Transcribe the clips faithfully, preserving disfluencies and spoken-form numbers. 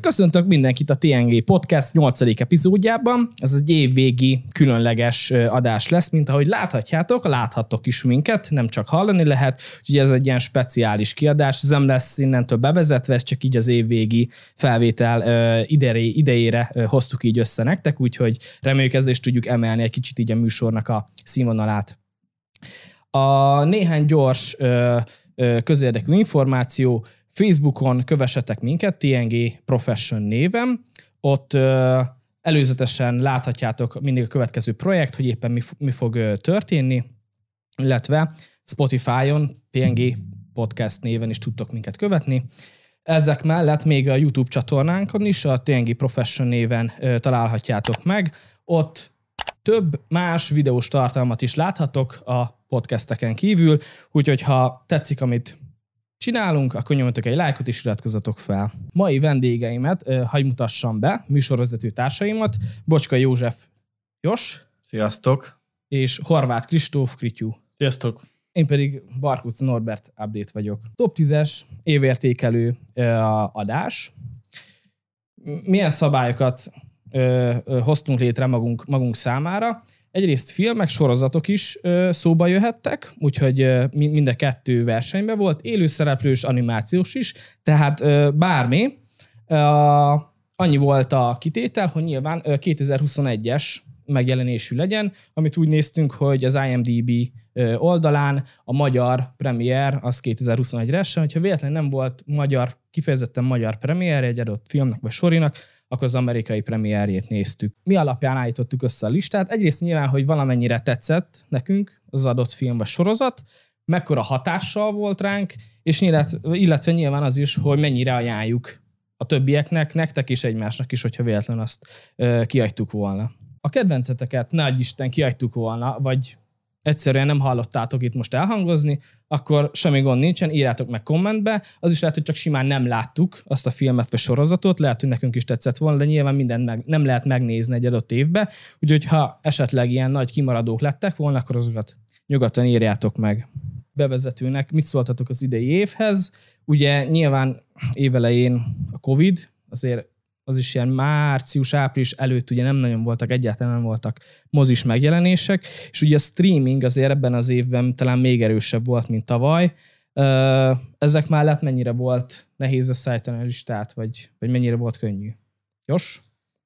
Köszöntök mindenkit a té en gé Podcast nyolcadik epizódjában. Ez egy évvégi különleges adás lesz, mint ahogy láthatjátok, láthattok is minket, nem csak hallani lehet, úgyhogy ez egy ilyen speciális kiadás, ez nem lesz innentől bevezetve, ez csak így az évvégi felvétel idejére hoztuk így össze nektek, úgyhogy reméljük ezzel is tudjuk emelni egy kicsit így a műsornak a színvonalát. A néhány gyors közérdekű információ: Facebookon kövessetek minket, té en gé Profession néven. Ott ö, előzetesen láthatjátok mindig a következő projekt, hogy éppen mi, mi fog ö, történni, illetve Spotify-on té en gé Podcast néven is tudtok minket követni. Ezek mellett még a YouTube csatornánkon is, a té en gé Profession néven ö, találhatjátok meg. Ott több más videós tartalmat is láthatok a podcasteken kívül, úgyhogy ha tetszik, amit csinálunk, akkor nyomjatok egy lájkot és iratkozzatok fel. Mai vendégeimet hagy mutassam be, műsorvezető társaimat, Bocska József Jos. Sziasztok. És Horváth Kristóf Krityú. Sziasztok. Én pedig Barkuc Norbert Update vagyok. Top tízes évértékelő adás. Milyen szabályokat hoztunk létre magunk, magunk számára? Egyrészt filmek, sorozatok is ö, szóba jöhettek, úgyhogy ö, mind a kettő versenyben volt, élőszereplős, animációs is, tehát ö, bármi. Ö, annyi volt a kitétel, hogy nyilván ö, kétezer-huszonegyes megjelenésű legyen, amit úgy néztünk, hogy az i em dé bé ö, oldalán a magyar premier az kétezer-huszonegyre essen, hogyha véletlenül nem volt magyar, kifejezetten magyar premier egy adott filmnek vagy sorinak, akkor az amerikai premierjét néztük. Mi alapján állítottuk össze a listát? Egyrészt nyilván, hogy valamennyire tetszett nekünk az adott film vagy sorozat, mekkora hatással volt ránk, és illetve nyilván az is, hogy mennyire ajánljuk a többieknek, nektek és egymásnak is, hogyha véletlenül azt ö, kiadtuk volna. A kedvenceteket ne adj Isten kiadtuk volna, vagy egyszerűen nem hallottátok itt most elhangozni, akkor semmi gond nincsen, írjátok meg kommentbe. Az is lehet, hogy csak simán nem láttuk azt a filmet vagy sorozatot, lehet, hogy nekünk is tetszett volna, de nyilván mindent meg, nem lehet megnézni egy adott évbe, úgyhogy ha esetleg ilyen nagy kimaradók lettek volna, akkor azokat nyugodtan írjátok meg. Bevezetőnek mit szóltatok az idei évhez? Ugye nyilván évelején a Covid, azért az is ilyen március-április előtt ugye nem nagyon voltak, egyáltalán nem voltak mozis megjelenések, és ugye a streaming azért ebben az évben talán még erősebb volt, mint tavaly. Ezek mellett mennyire volt nehéz összeállítani a listát, vagy, vagy mennyire volt könnyű? Jos?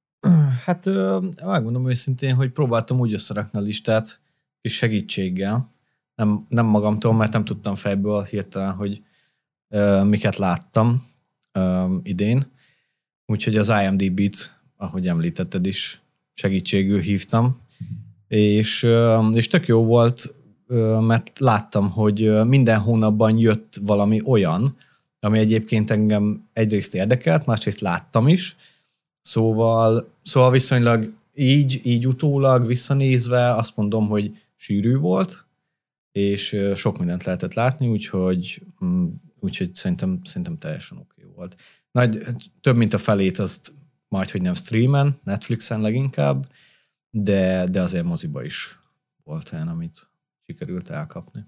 Hát megmondom őszintén, hogy próbáltam úgy összerakni a listát, és segítséggel. Nem, nem magamtól, mert nem tudtam fejből hirtelen, hogy miket láttam idén. Úgyhogy az i em dé bé-t, ahogy említetted is, segítségül hívtam. És, és tök jó volt, mert láttam, hogy minden hónapban jött valami olyan, ami egyébként engem egyrészt érdekelt, másrészt láttam is. Szóval, szóval viszonylag így, így utólag visszanézve azt mondom, hogy sűrű volt, és sok mindent lehetett látni, úgyhogy, úgyhogy szerintem, szerintem teljesen oké volt. Nagy, több mint a felét azt majdhogy nem streamen, Netflixen leginkább, de, de azért moziba is volt olyan, amit sikerült elkapni.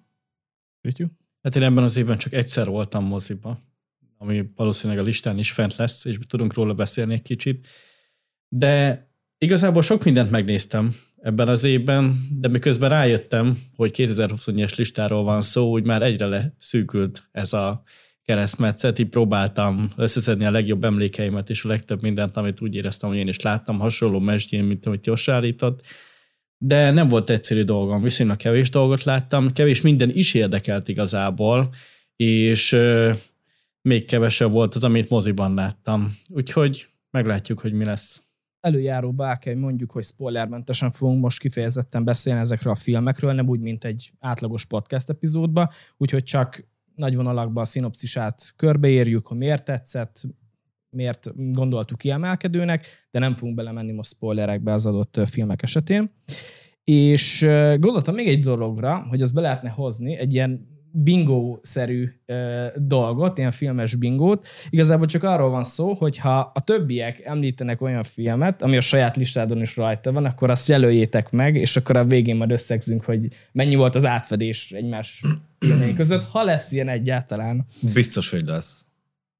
Hát én ebben az évben csak egyszer voltam moziba, ami valószínűleg a listán is fent lesz, és tudunk róla beszélni egy kicsit. De igazából sok mindent megnéztem ebben az évben, de miközben rájöttem, hogy kétezer-huszonegyes listáról van szó, úgy már egyre leszűkült ez a keresztmetszet, így próbáltam összeszedni a legjobb emlékeimet, és a legtöbb mindent, amit úgy éreztem, hogy én is láttam, hasonló mesdjén, mint amit Jos állított. De nem volt egyszerű dolgom, viszonylag kevés dolgot láttam, kevés minden is érdekelt igazából, és euh, még kevesebb volt az, amit moziban láttam. Úgyhogy meglátjuk, hogy mi lesz. Előjáróba el kell mondjuk, hogy spoilermentesen fogunk most kifejezetten beszélni ezekről a filmekről, nem úgy, mint egy átlagos podcast epizódban, úgyhogy csak nagy vonalakban a szinopszisát körbeérjük, hogy miért tetszett, miért gondoltuk kiemelkedőnek, de nem fogunk belemenni most spoilerekbe az adott filmek esetén. És gondoltam még egy dologra, hogy azt be lehetne hozni, egy ilyen bingó-szerű dolgot, ilyen filmes bingót. Igazából csak arról van szó, hogy ha a többiek említenek olyan filmet, ami a saját listádon is rajta van, akkor azt jelöljétek meg, és akkor a végén majd összegzünk, hogy mennyi volt az átfedés egymás filmei között, ha lesz ilyen egyáltalán. Biztos, hogy lesz.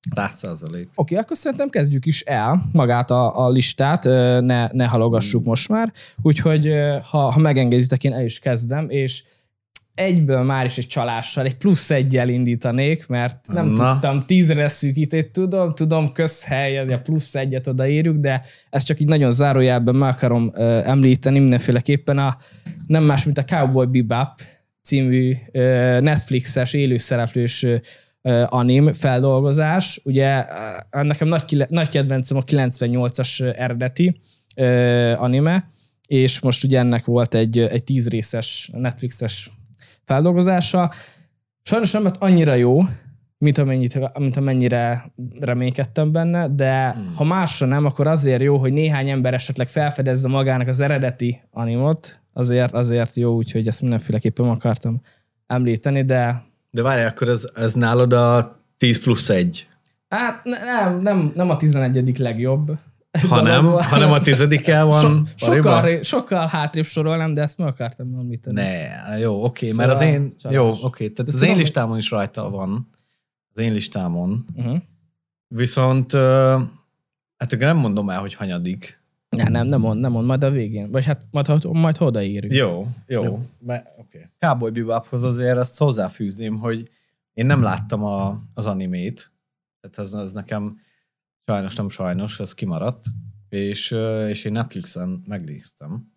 száz százalék. Oké, okay, akkor szerintem kezdjük is el magát a, a listát, ne, ne halogassuk mm. most már. Úgyhogy ha, ha megengeditek, én el is kezdem, és egyből már is egy csalással, egy plusz egyel indítanék, mert nem Na. tudtam tízre szűkíteni. Tudom, tudom, közhely, a plusz egyet odaérjük, de ezt csak így nagyon zárójelben meg akarom uh, említeni mindenféleképpen. A, nem más, mint a Cowboy Bebop című uh, Netflixes élőszereplős uh, anim feldolgozás. Ugye uh, nekem nagy, nagy kedvencem a kilencvennyolcas eredeti uh, anime, és most ugye ennek volt egy, egy tíz részes Netflixes feldolgozása. Sajnos nem lett annyira jó, mint, amennyit, mint amennyire reménykedtem benne, de hmm. ha másra nem, akkor azért jó, hogy néhány ember esetleg felfedezze magának az eredeti animot, azért, azért jó, úgyhogy ezt mindenféleképpen akartam említeni, de... De várjál, akkor ez, ez nálad a tíz plusz egy. Hát nem, nem, nem a tizenegyedik legjobb. Ha nem, hanem a tizedikkel van. So, sokkal, sokkal hátrébb sorolnám, de ezt meg akartam említeni. Ne, jó, oké, okay, szóval mert az én, csalás. Jó, oké, okay, tehát de az én listámon is rajta van. Az én listámon. Uh-huh. Viszont, uh, hát nem mondom el, hogy hanyadik. Ne, nem, nem mond, nem mond, majd a végén. Vagy hát majd, majd ha odaérünk. Jó, jó. jó. Oké. Okay. Cowboy Bebophoz azért ezt hozzáfűzném, hogy én nem láttam a, az animét. Tehát ez, ez nekem sajnos nem sajnos, ez kimaradt. És, és én Netflixen megnéztem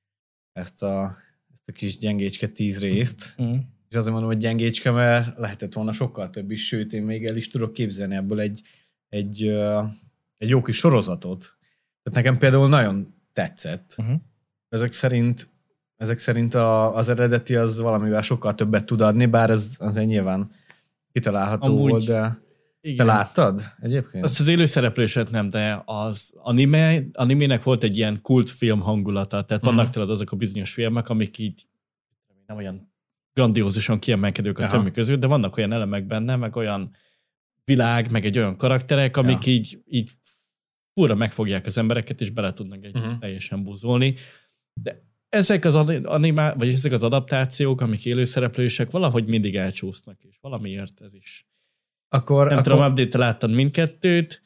ezt a, ezt a kis gyengécske tíz részt. Mm. És azért mondom, hogy gyengécske, mert lehetett volna sokkal több is, sőt, én még el is tudok képzelni ebből egy, egy, egy jó kis sorozatot. Tehát nekem például nagyon tetszett. Uh-huh. Ezek szerint, ezek szerint a, az eredeti az valamivel sokkal többet tud adni, bár ez azért nyilván kitalálható Amúgy, volt, de igen. Te láttad egyébként? Azt az élőszereplőset nem, de az anime, animének volt egy ilyen kultfilm hangulata, tehát uh-huh. vannak tőled azok a bizonyos filmek, amik így nem olyan grandiózusan kiemelkedők a többi közül, de vannak olyan elemek benne, meg olyan világ, meg egy olyan karakterek, amik ja. így, így fura megfogják az embereket, és bele tudnak egy uh-huh. teljesen búzolni. De ezek az animá, vagy ezek az adaptációk, amik élőszereplősek, valahogy mindig elcsúsznak, és valamiért ez is. Akkor, nem akkor... tudom, update-te láttad mindkettőt.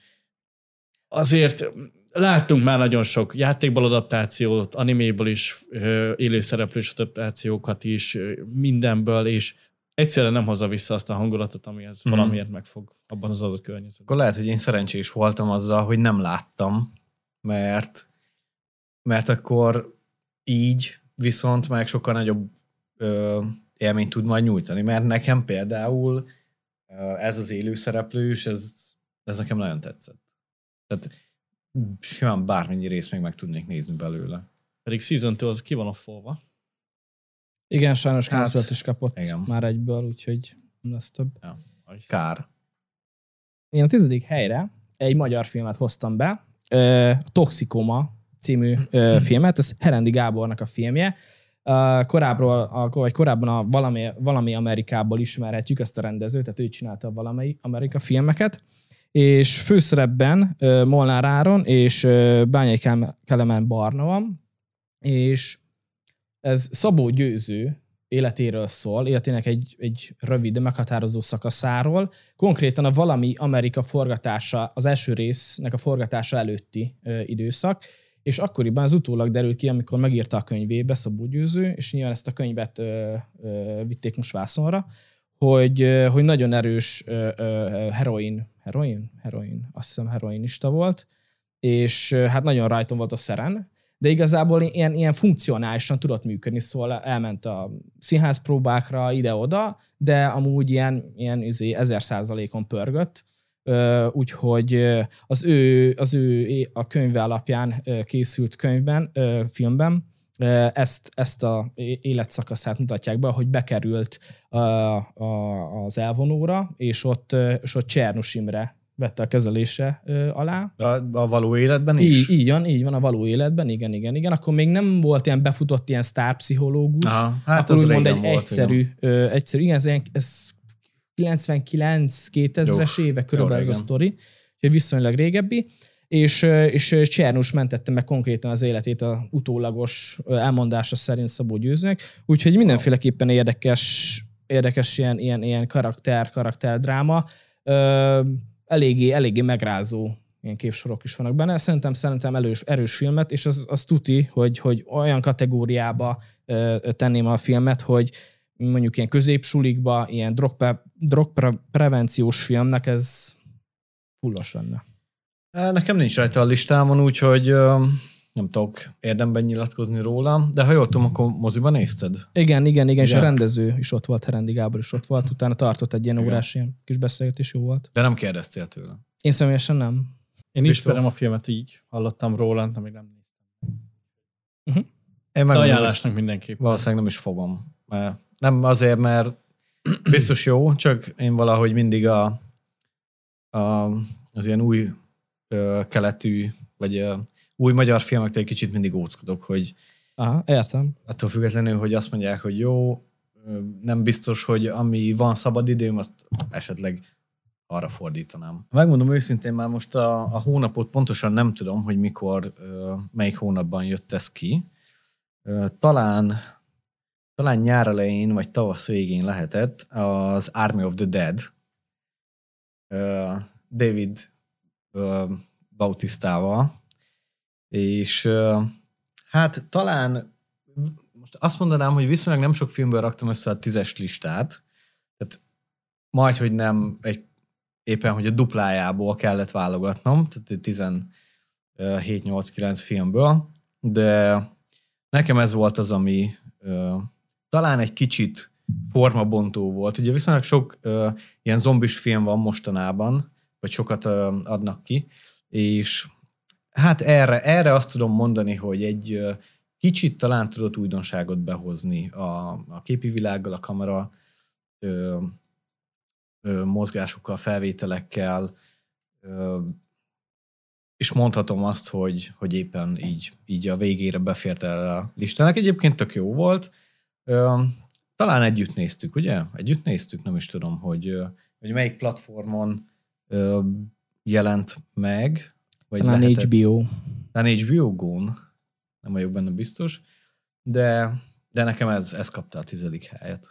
Azért láttunk már nagyon sok játékból adaptációt, animéból is, élőszereplős adaptációkat is, mindenből, és egyszerűen nem hozza vissza azt a hangulatot, ami ez hmm. valamiért megfog abban az adott környezetben. Akkor lehet, hogy én szerencsés voltam azzal, hogy nem láttam, mert, mert akkor így viszont meg sokkal nagyobb ö, élményt tud majd nyújtani, mert nekem például ez az élőszereplős, ez, ez nekem nagyon tetszett. Tehát simán bármennyi részt még meg tudnék nézni belőle. Pedig Season-től az ki van a folva. Igen, sajnos hát, cancelt is kapott igen. már egyből, úgyhogy nem lesz több. Ja, kár. Én a tizedik helyre egy magyar filmet hoztam be, a Toxikoma című filmet, ez Herendi Gábornak a filmje. Korábbról, vagy korábban a valami, valami Amerikából ismerhetjük ezt a rendezőt, tehát ő csinálta a valami Amerika filmeket, és főszerepben Molnár Áron és Bányai Kelemen Barna van, és ez Szabó Győző életéről szól, életének egy, egy rövid, de meghatározó szakaszáról, konkrétan a valami Amerika forgatása, az első résznek a forgatása előtti ö, időszak, és akkoriban az utólag derül ki, amikor megírta a könyvébe Szabó Győző, és nyilván ezt a könyvet ö, ö, vitték most vászonra, hogy, ö, hogy nagyon erős ö, ö, heroin, heroin? Heroin, azt hiszem heroinista volt, és ö, hát nagyon rajton volt a szeren, de igazából ilyen, ilyen funkcionálisan tudott működni, szóval elment a színházpróbákra ide-oda, de amúgy ilyen, ilyen izé, ezer százalékon pörgött, úgyhogy az ő, az ő a könyve alapján készült könyvben, filmben ezt, ezt a életszakaszát mutatják be, hogy bekerült a, a, az elvonóra, és ott, és ott Csernus Imre vette a kezelése alá. A, a való életben is? Így, így van, így van, a való életben, igen, igen, igen. Akkor még nem volt ilyen befutott ilyen sztárpszichológus. Aha, hát akkor úgymond egy volt, egyszerű, ö, egyszerű, igen, ez, ez kilencvenkilenc kétezres éve körülbelül ez a sztori, úgyhogy viszonylag régebbi, és, és Csernus mentette meg konkrétan az életét a utólagos elmondása szerint Szabó Győzőnek, úgyhogy mindenféleképpen érdekes, érdekes ilyen, ilyen, ilyen karakter, karakterdráma. eléggé, eléggé megrázó ilyen képsorok is vannak benne. Szerintem, szerintem erős, erős filmet, és az, az tuti, hogy, hogy olyan kategóriába ö, tenném a filmet, hogy mondjuk ilyen középsulikba, ilyen drogpe, drogprevenciós filmnek ez fullos lenne. Nekem nincs rajta a listámon, úgyhogy nem tudok érdemben nyilatkozni róla, de ha jól tudom, akkor moziban nézted? Igen, igen, igen, igen. És a rendező is ott volt, Herendi Gábor is ott volt, utána tartott egy ilyen órás ilyen kis beszélgetés, jó volt. De nem kérdeztél tőle? Én személyesen nem. Én ismerem a filmet, így hallottam róla, de még nem néztem. Uh-huh. Én meg ajánlásnak mindenképp. Valószínűleg nem is fogom. Nem azért, mert biztos jó, csak én valahogy mindig a, a, az ilyen új ö, keletű, vagy ö, új magyar filmektől egy kicsit mindig óckodok, hogy aha, értem. Attól függetlenül, hogy azt mondják, hogy jó, nem biztos, hogy ami van szabad időm, azt esetleg arra fordítanám. Megmondom őszintén, már most a, a hónapot pontosan nem tudom, hogy mikor, melyik hónapban jött ez ki. Talán, talán nyár elején, vagy tavasz végén lehetett az Army of the Dead. David Bautistával. És hát talán most azt mondanám, hogy viszonylag nem sok filmből raktam össze a tízes listát. Tehát majd, hogy nem egy, éppen, hogy a duplájából kellett válogatnom, tehát tizenhét nyolc kilenc filmből, de nekem ez volt az, ami uh, talán egy kicsit formabontó volt. Ugye viszonylag sok uh, ilyen zombis film van mostanában, vagy sokat uh, adnak ki, és hát erre, erre azt tudom mondani, hogy egy uh, kicsit talán tudott újdonságot behozni a, a képi világgal, a kamera ö, ö, mozgásokkal, felvételekkel, ö, és mondhatom azt, hogy, hogy éppen így, így a végére befért erre a listának. Egyébként tök jó volt. Ö, talán együtt néztük, ugye? Együtt néztük, nem is tudom, hogy, hogy melyik platformon ö, jelent meg. Vagy talán lehetett, há bé ó. Talán há bé ó Go-n. Nem vagyok benne biztos, de, de nekem ez, ez kapta a tizedik helyet.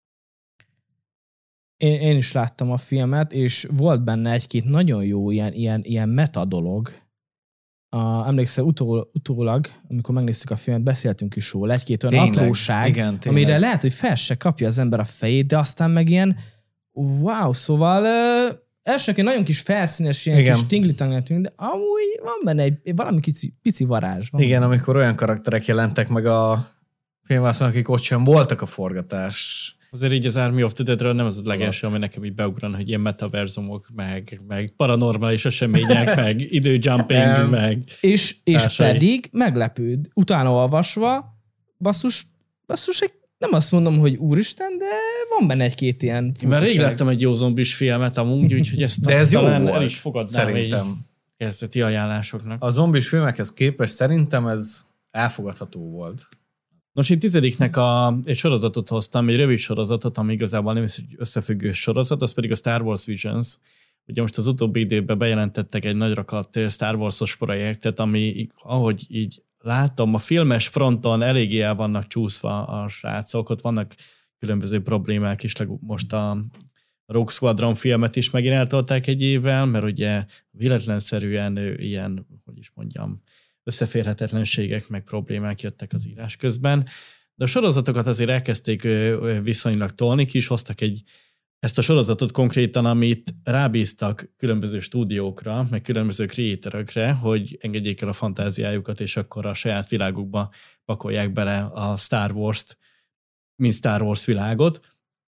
Én, én is láttam a filmet, és volt benne egy-két nagyon jó ilyen, ilyen, ilyen meta dolog. A, emlékszel, utól, utólag, amikor megnéztük a filmet, beszéltünk is róla, egy-két olyan tényleg, apróság, igen, amire lehet, hogy fel se kapja az ember a fejét, de aztán meg ilyen wow, szóval uh, elsőként nagyon kis felszínes, ilyen igen. kis tingli-tangli, de amúgy van benne egy valami kici, pici varázs. Van igen, benne. amikor olyan karakterek jelentek meg a filmvászon, akik ott sem voltak a forgatás. Azért így az Army of the Deadről nem az a legelső, ami nekem így beugran, hogy ilyen metaverzumok, meg, meg paranormális események, meg időjumping, meg... És, és pedig meglepőd, utána olvasva, basszus, basszus, nem azt mondom, hogy úristen, de van benne egy-két ilyen furcsaság. Mert rég láttam egy jó zombis filmet amúgy, úgyhogy ezt de ez talán jó el volt, is fogadnám szerintem. Kezdeti ajánlásoknak. A zombis filmekhez képest szerintem ez elfogadható volt. Nos, én tizediknek a, egy sorozatot hoztam, egy rövid sorozatot, ami igazából nem is összefüggő sorozat, az pedig a Star Wars Visions. Ugye most az utóbbi időben bejelentettek egy nagy rakat Star Wars-os projektet, ami, ahogy így látom, a filmes fronton eléggé el vannak csúszva a srácok, ott vannak különböző problémák is, most a Rogue Squadron filmet is megint eltolták egy évvel, mert ugye véletlenszerűen ilyen, hogy is mondjam, összeférhetetlenségek meg problémák jöttek az írás közben. De a sorozatokat azért elkezdték viszonylag tolni, ki is hoztak egy, ezt a sorozatot konkrétan, amit rábíztak különböző stúdiókra, meg különböző creatorökre, hogy engedjék el a fantáziájukat, és akkor a saját világukba pakolják bele a Star Wars-t, mint Star Wars világot,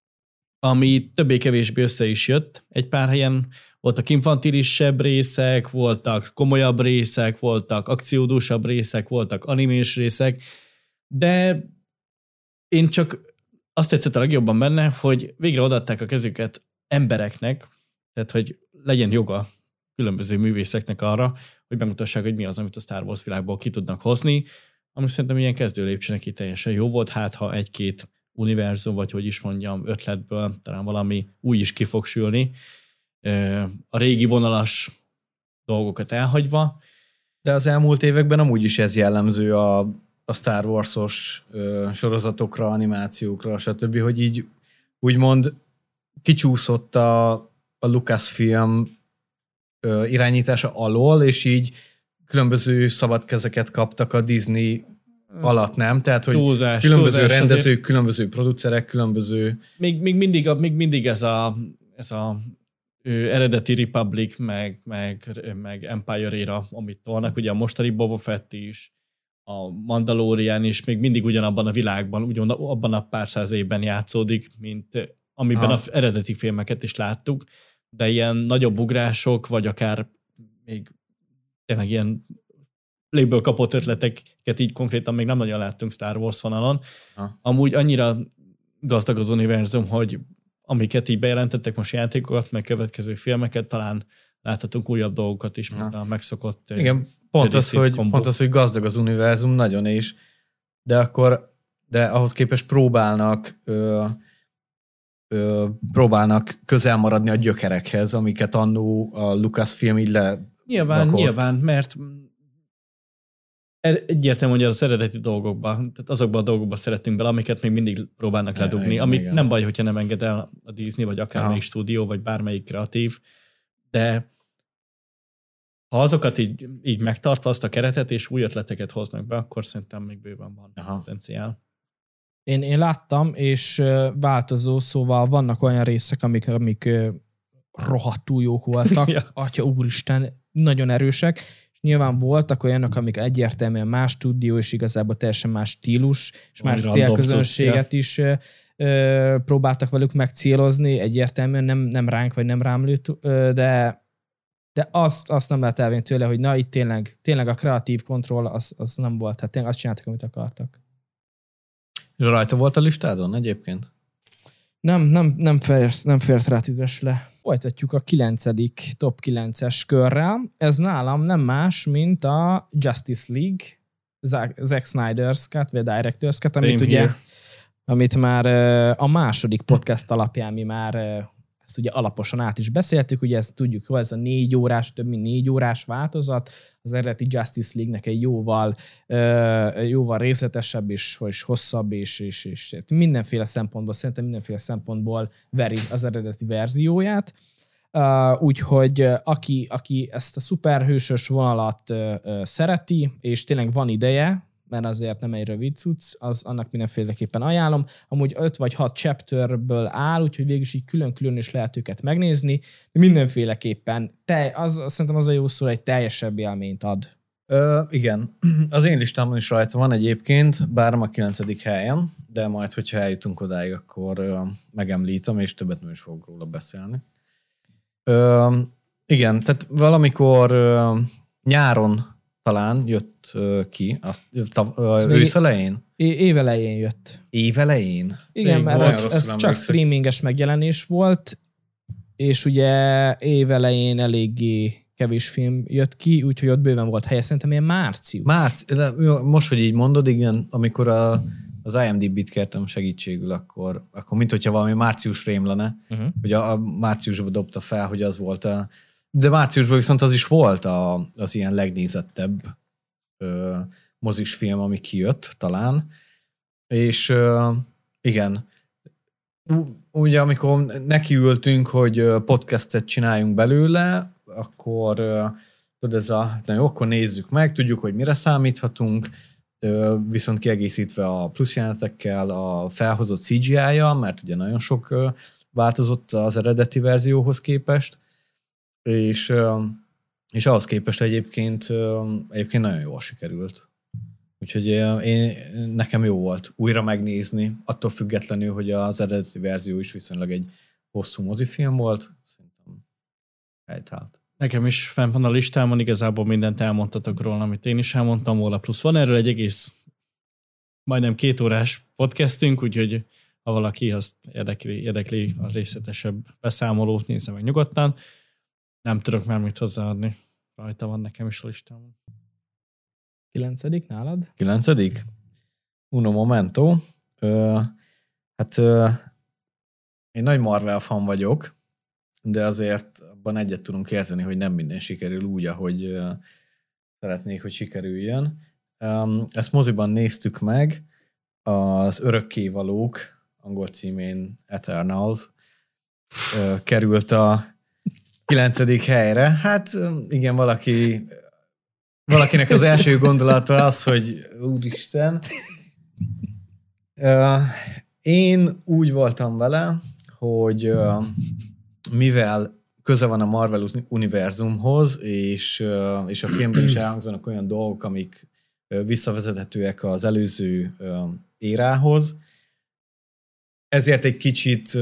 ami többé-kevésbé össze is jött. Egy pár helyen voltak infantilisebb részek, voltak komolyabb részek, voltak akciódúsabb részek, voltak animés részek, de én csak azt tetszett a legjobban benne, hogy végre odaadták a kezüket embereknek, tehát hogy legyen joga különböző művészeknek arra, hogy megmutassák, hogy mi az, amit a Star Wars világból ki tudnak hozni, ami szerintem ilyen kezdő lépcsőnek itt teljesen jó volt, hát ha egy-két univerzum, vagy hogy is mondjam, ötletből talán valami új is ki fog sülni, a régi vonalas dolgokat elhagyva. De az elmúlt években amúgy is ez jellemző a, a Star Wars-os ö, sorozatokra, animációkra, stb., hogy így úgymond kicsúszott a, a Lucasfilm ö, irányítása alól, és így különböző szabad kezeket kaptak a Disney alatt, nem? Tehát, hogy túlzás, különböző túlzás, rendezők, azért... különböző producerek, különböző... Még, még, mindig, a, még mindig ez a, ez a ő, eredeti Republic, meg, meg, meg Empire era, amit tolnak, ugye a mostani Boba Fett is, a Mandalorian is még mindig ugyanabban a világban, ugyanabban a pár száz évben játszódik, mint amiben ha. az eredeti filmeket is láttuk, de ilyen nagyobb ugrások, vagy akár még tényleg ilyen légből kapott ötleteket így konkrétan még nem nagyon láttunk Star Wars vonalon. Ha. Amúgy annyira gazdag az univerzum, hogy amiket így bejelentettek most játékokat, meg következő filmeket, talán láthatunk újabb dolgokat is, mint a megszokott... Igen, pont az, hogy, pont az, hogy gazdag az univerzum, nagyon is, de akkor, de ahhoz képest próbálnak ö, ö, próbálnak közel maradni a gyökerekhez, amiket annó a Lucasfilm így le Nyilván, rakott. nyilván, mert egyértelmű, hogy az eredeti dolgokban, tehát azokban a dolgokban szeretünk bele, amiket még mindig próbálnak ledugni, igen, amit igen. nem baj, hogyha nem enged el a Disney, vagy akármelyik stúdió, vagy bármelyik kreatív, de ha azokat így, így megtartva azt a keretet, és új ötleteket hoznak be, akkor szerintem még bőven van Aha. potenciál. Én, én láttam, és változó, szóval vannak olyan részek, amik, amik rohadtul jók voltak, ja. Atya úristen, nagyon erősek, és nyilván voltak olyanok, amik egyértelműen más stúdió, és igazából teljesen más stílus, és más célközönséget is ö, ö, próbáltak velük megcélozni, egyértelműen nem, nem ránk, vagy nem rám lőtt, ö, de De azt, azt nem lehet elvenni tőle, hogy na, itt tényleg, tényleg a kreatív kontroll az, az nem volt. Tehát tényleg azt csináltak, amit akartak. És rajta volt a listádon egyébként? Nem, nem, nem, fért, nem fért rá tízes le. Folytatjuk a kilencedik top kilences körrel. Ez nálam nem más, mint a Justice League, Zack Snyder's Cut, vagy Director's Cut, amit ugye, amit már a második podcast alapján mi már ezt ugye alaposan át is beszéltük, ugye ezt tudjuk, hogy ez a négy órás, több mint négy órás változat, az eredeti Justice League-nek egy jóval, jóval részletesebb és, és hosszabb, és, és, és mindenféle szempontból, szerintem mindenféle szempontból veri az eredeti verzióját. Úgyhogy aki, aki ezt a szuperhősös vonalat szereti, és tényleg van ideje, mert azért nem egy rövid cucc, az annak mindenféleképpen ajánlom. Amúgy öt vagy hat chapterből áll, úgyhogy végül is így külön-külön is lehet őket megnézni. Mindenféleképpen te, az, szerintem az a jó szó, egy teljesebb élményt ad. Ö, igen. Az én listámon is rajta van egyébként, bár a kilencedik helyen, de majd, hogyha eljutunk odáig, akkor ö, megemlítem, és többet nem is fogok róla beszélni. Ö, igen, tehát valamikor ö, nyáron talán jött uh, ki, azt, tav, uh, ősz elején? Év elején jött. Év elején? Igen, Még mert ez, ez csak streaminges megjelenés volt, és ugye év elején eléggé kevés film jött ki, úgyhogy ott bőven volt helye, szerintem ilyen március. Márci, most, hogy így mondod, igen, amikor a, az IMDb-t kértem segítségül, akkor, akkor mint hogyha valami március frame lenne, uh-huh. hogy a, a márciusban dobta fel, hogy az volt a de márciusban viszont az is volt a, az ilyen legnézettebb ö, mozis film, ami kijött talán. És ö, igen, ugye amikor nekiültünk, hogy podcastet csináljunk belőle, akkor ö, tudod, ez a, na jó, akkor nézzük meg, tudjuk, hogy mire számíthatunk, ö, viszont kiegészítve a pluszjelenetekkel a felhozott cé gé í-ja, mert ugye nagyon sok ö, változott az eredeti verzióhoz képest, És, és ahhoz képest egyébként, egyébként nagyon jól sikerült. Úgyhogy én, nekem jó volt újra megnézni, attól függetlenül, hogy az eredeti verzió is viszonylag egy hosszú mozifilm volt. Szerintem helytált. Nekem is fenn van a listámon, igazából mindent elmondtatok róla, amit én is elmondtam volna, plusz van erről egy egész majdnem két órás podcastünk, úgyhogy ha valaki azt érdekli, érdekli a részletesebb beszámolót, nézze meg nyugodtan. Nem tudok már mit hozzáadni. Rajta van nekem is a listámon. Kilencedik nálad? Kilencedik? Uno momento. Ö, hát ö, én nagy Marvel fan vagyok, de azért abban egyet tudunk érteni, hogy nem minden sikerül úgy, ahogy ö, szeretnék, hogy sikerüljön. Ö, ezt moziban néztük meg, az Örökkévalók, angol címén Eternals, ö, került a kilencedik helyre. Hát igen, valaki valakinek az első gondolata az, hogy úristen. Én úgy voltam vele, hogy mivel köze van a Marvel univerzumhoz, és, és a filmben is elhangzanak olyan dolgok, amik visszavezethetőek az előző érához, ezért egy kicsit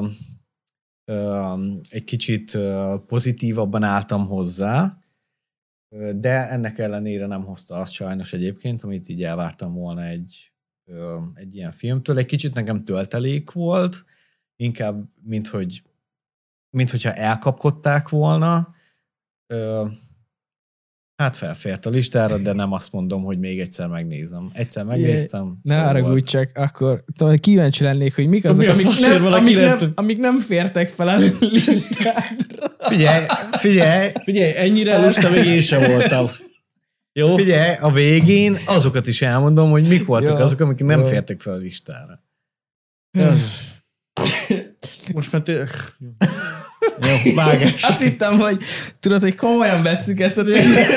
egy kicsit pozitívabban álltam hozzá, de ennek ellenére nem hozta azt sajnos egyébként, amit így elvártam volna egy, egy ilyen filmtől. Egy kicsit nekem töltelék volt, inkább, mint hogy mint hogyha elkapkodták volna. Hát felfért a listára, de nem azt mondom, hogy még egyszer megnézem. Egyszer megnéztem. Ne haragudj csak, akkor kíváncsi lennék, hogy mik azok, amik nem, amik, nem, amik nem fértek fel a listádra. Figyelj, figyelj. Figyelj, ennyire lusta még én sem voltam. Jó? Figyelj, a végén azokat is elmondom, hogy mik voltak jó, azok, amik nem jó. fértek fel a listára. Most már te... Jó, vágás. Azt hittem, hogy tudod, hogy komolyan vesszük ezt a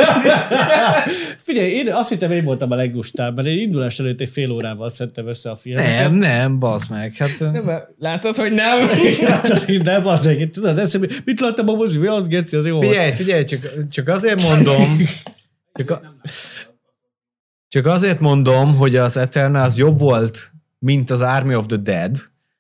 Figyelj, én azt hittem, én voltam a leglustább, mert én indulás előtt egy fél órával szedtem össze a filmet. Nem, nem, bazd meg. Hát... Nem, látod, hogy nem? Látod, hogy nem, bazd meg. Tudod, eszembe, mit láttam a mozi, az geci, az jó. Figyelj, figyelj, csak, csak azért mondom, csak, a, csak azért mondom, hogy az Eternals jobb volt, mint az Army of the Dead,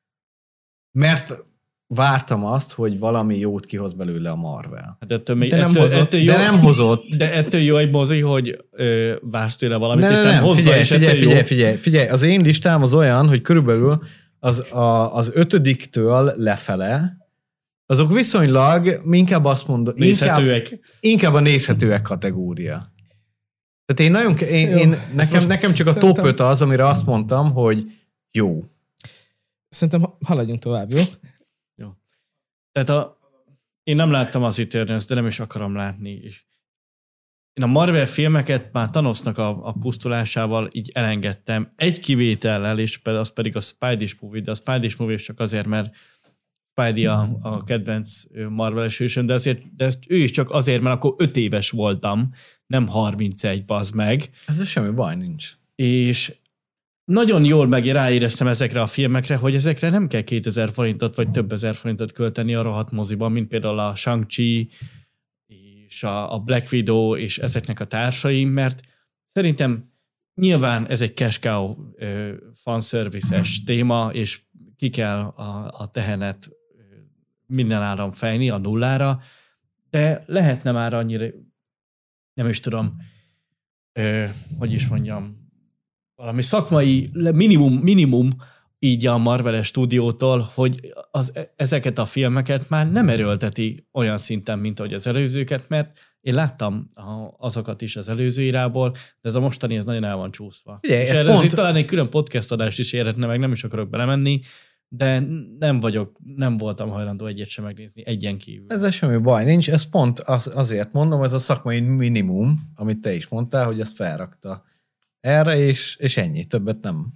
mert vártam azt, hogy valami jót kihoz belőle a Marvel. Hát ettől még, de, nem ettől, hozott, ettől jó, de nem hozott. De ettől jó egy mozi, hogy ö, vársz tőle valamit, ne, és nem, nem, nem hozza, figyelj, és figyelj, figyelj, jó. figyelj, figyelj, az én listám az olyan, hogy körülbelül az, a, az ötödiktől lefele, azok viszonylag inkább azt mondom, nézhetőek. Inkább, inkább a nézhetőek kategória. Tehát én nagyon, én, jó, én, nekem, nekem csak a szerintem... top öt az, amire azt mondtam, hogy jó. Szerintem haladjunk tovább, jó? Jó. Tehát a, én nem láttam az Eternals, de nem is akarom látni. És én a Marvel filmeket már Thanosnak a, a pusztulásával így elengedtem. Egy kivétellel, és az pedig a Spidey-s movie, de a Spidey-s movie csak azért, mert Spidey a, a kedvenc Marvel-es hősöm, de, azért, de ő is csak azért, mert akkor öt éves voltam, nem harmincegy, bazd meg. Ez semmi baj nincs. És nagyon jól meg ráéreztem ezekre a filmekre, hogy ezekre nem kell kétezer forintot, vagy több ezer forintot költeni a rohadt moziban, mint például a Shang-Chi, és a, a Black Widow, és ezeknek a társaim, mert szerintem nyilván ez egy cash cow fanservice-es téma, és ki kell a, a tehenet minden áram fejni a nullára, de lehetne már annyira, nem is tudom, ö, hogy is mondjam, valami szakmai minimum, minimum így a Marvel-es stúdiótól, hogy az, ezeket a filmeket már nem erőlteti olyan szinten, mint ahogy az előzőket, mert én láttam azokat is az előző irából, de ez a mostani, ez nagyon el van csúszva. Ugye, és erre pont... talán egy külön podcast adást is érhetne, meg nem is akarok belemenni, de nem vagyok, nem voltam hajlandó egyet sem megnézni, egyen kívül. Ezzel semmi baj nincs, ez pont az, azért mondom, ez a szakmai minimum, amit te is mondtál, hogy ezt felrakta erre, és, és ennyi, többet nem.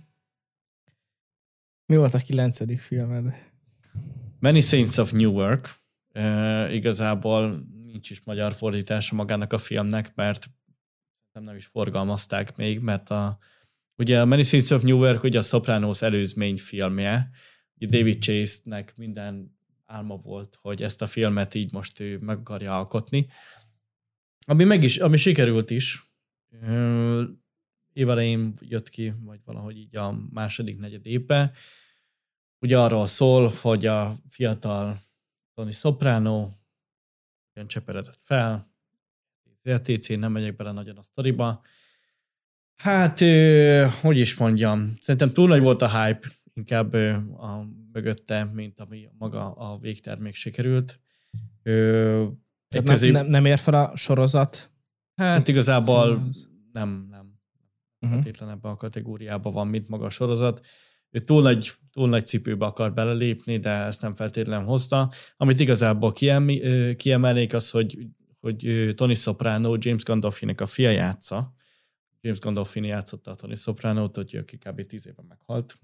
Mi volt a kilencedik filmed? Many Saints of Newark. Uh, igazából nincs is magyar fordítása magának a filmnek, mert nem, nem is forgalmazták még, mert a, ugye a Many Saints of Newark ugye a Sopranos előzmény filmje. Ugye David Chase-nek minden álma volt, hogy ezt a filmet így most ő meg akarja alkotni. Ami meg is, ami sikerült is. Uh, évelején jött ki, vagy valahogy így a második negyed évben. Ugye arról szól, hogy a fiatal Tony Soprano olyan cseperedett fel, er té cé, nem megyek bele nagyon a sztoriba. Hát, hogy is mondjam, szerintem túl nagy volt a hype, inkább a mögötte, mint ami maga a végtermék sikerült. Tehát közé... nem, nem ér fel a sorozat? Hát Szint, igazából nem, nem. Feltétlen ebben a kategóriában van, mint maga a sorozat. Ő túl nagy, túl nagy cipőbe akar belelépni, de ezt nem feltétlenül hozta. Amit igazából kiem, kiemelnék az, hogy, hogy Tony Soprano James Gandolfini-nek a fia játsza. James Gandolfini játszotta a Tony Sopranót, hogy aki kb. tíz éven meghalt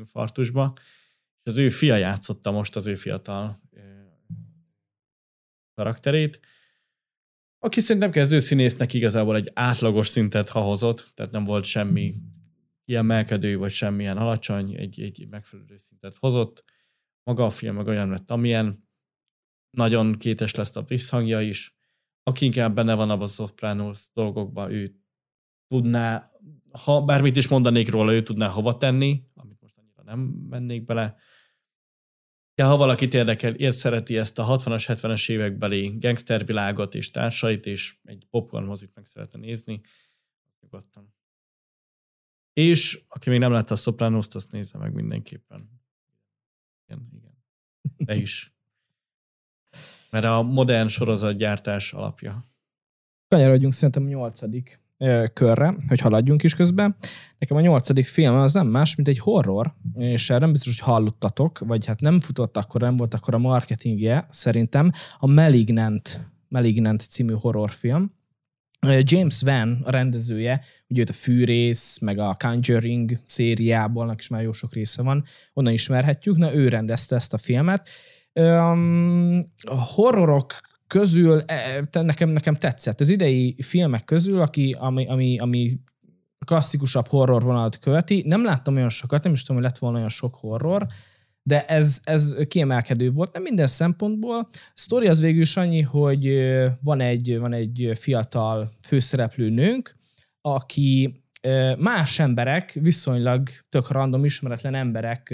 szívinfarktusba. És az ő fia játszotta most az ő fiatal karakterét, aki szerintem kezdőszínésznek igazából egy átlagos szintet hahozott, tehát nem volt semmi kiemelkedő, vagy semmilyen alacsony, egy, egy megfelelő szintet hozott. Maga a film meg olyan lett, amilyen. Nagyon kétes lesz a visszhangja is. Aki inkább benne van abban a Sopranos dolgokban, ő tudná, ha bármit is mondanék róla, ő tudná hova tenni, amit most annyira nem mennék bele. De ha valakit érdekel, ért szereti ezt a hatvanas, hetvenes évekbeli gangstervilágot és társait, és egy popcorn mozit meg szeretne nézni, nyugodtan. És aki még nem látta a Sopranost, azt nézze meg mindenképpen. Igen, igen. De is. Mert a modern sorozatgyártás alapja. Kanyarodjunk szerintem a nyolcadik körre, hogy haladjunk is közben. Nekem a nyolcadik film az nem más, mint egy horror, és erre nem biztos, hogy hallottatok, vagy hát nem futott akkor, nem volt akkor a marketingje, szerintem a Malignant, Malignant című horrorfilm. James Wan, a rendezője, ugye őt a Fűrész, meg a Conjuring szériából, is már jó sok része van, onnan ismerhetjük, na ő rendezte ezt a filmet. A horrorok közül nekem, nekem tetszett. Az idei filmek közül, aki, ami, ami, ami klasszikusabb horror vonalat követi, nem láttam olyan sokat, nem is tudom, hogy lett volna olyan sok horror, de ez, ez kiemelkedő volt. Nem minden szempontból. A sztori az végül is annyi, hogy van egy, van egy fiatal főszereplő nőnk, aki más emberek, viszonylag tök random, ismeretlen emberek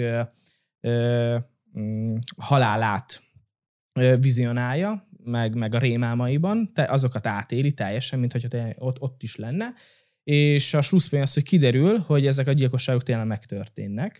halálát vizionálja, meg, meg a rémálmaiban, te azokat átéli teljesen, mint hogyha te ott, ott is lenne, és a slusszpoén az, hogy kiderül, hogy ezek a gyilkosságok tényleg megtörténnek,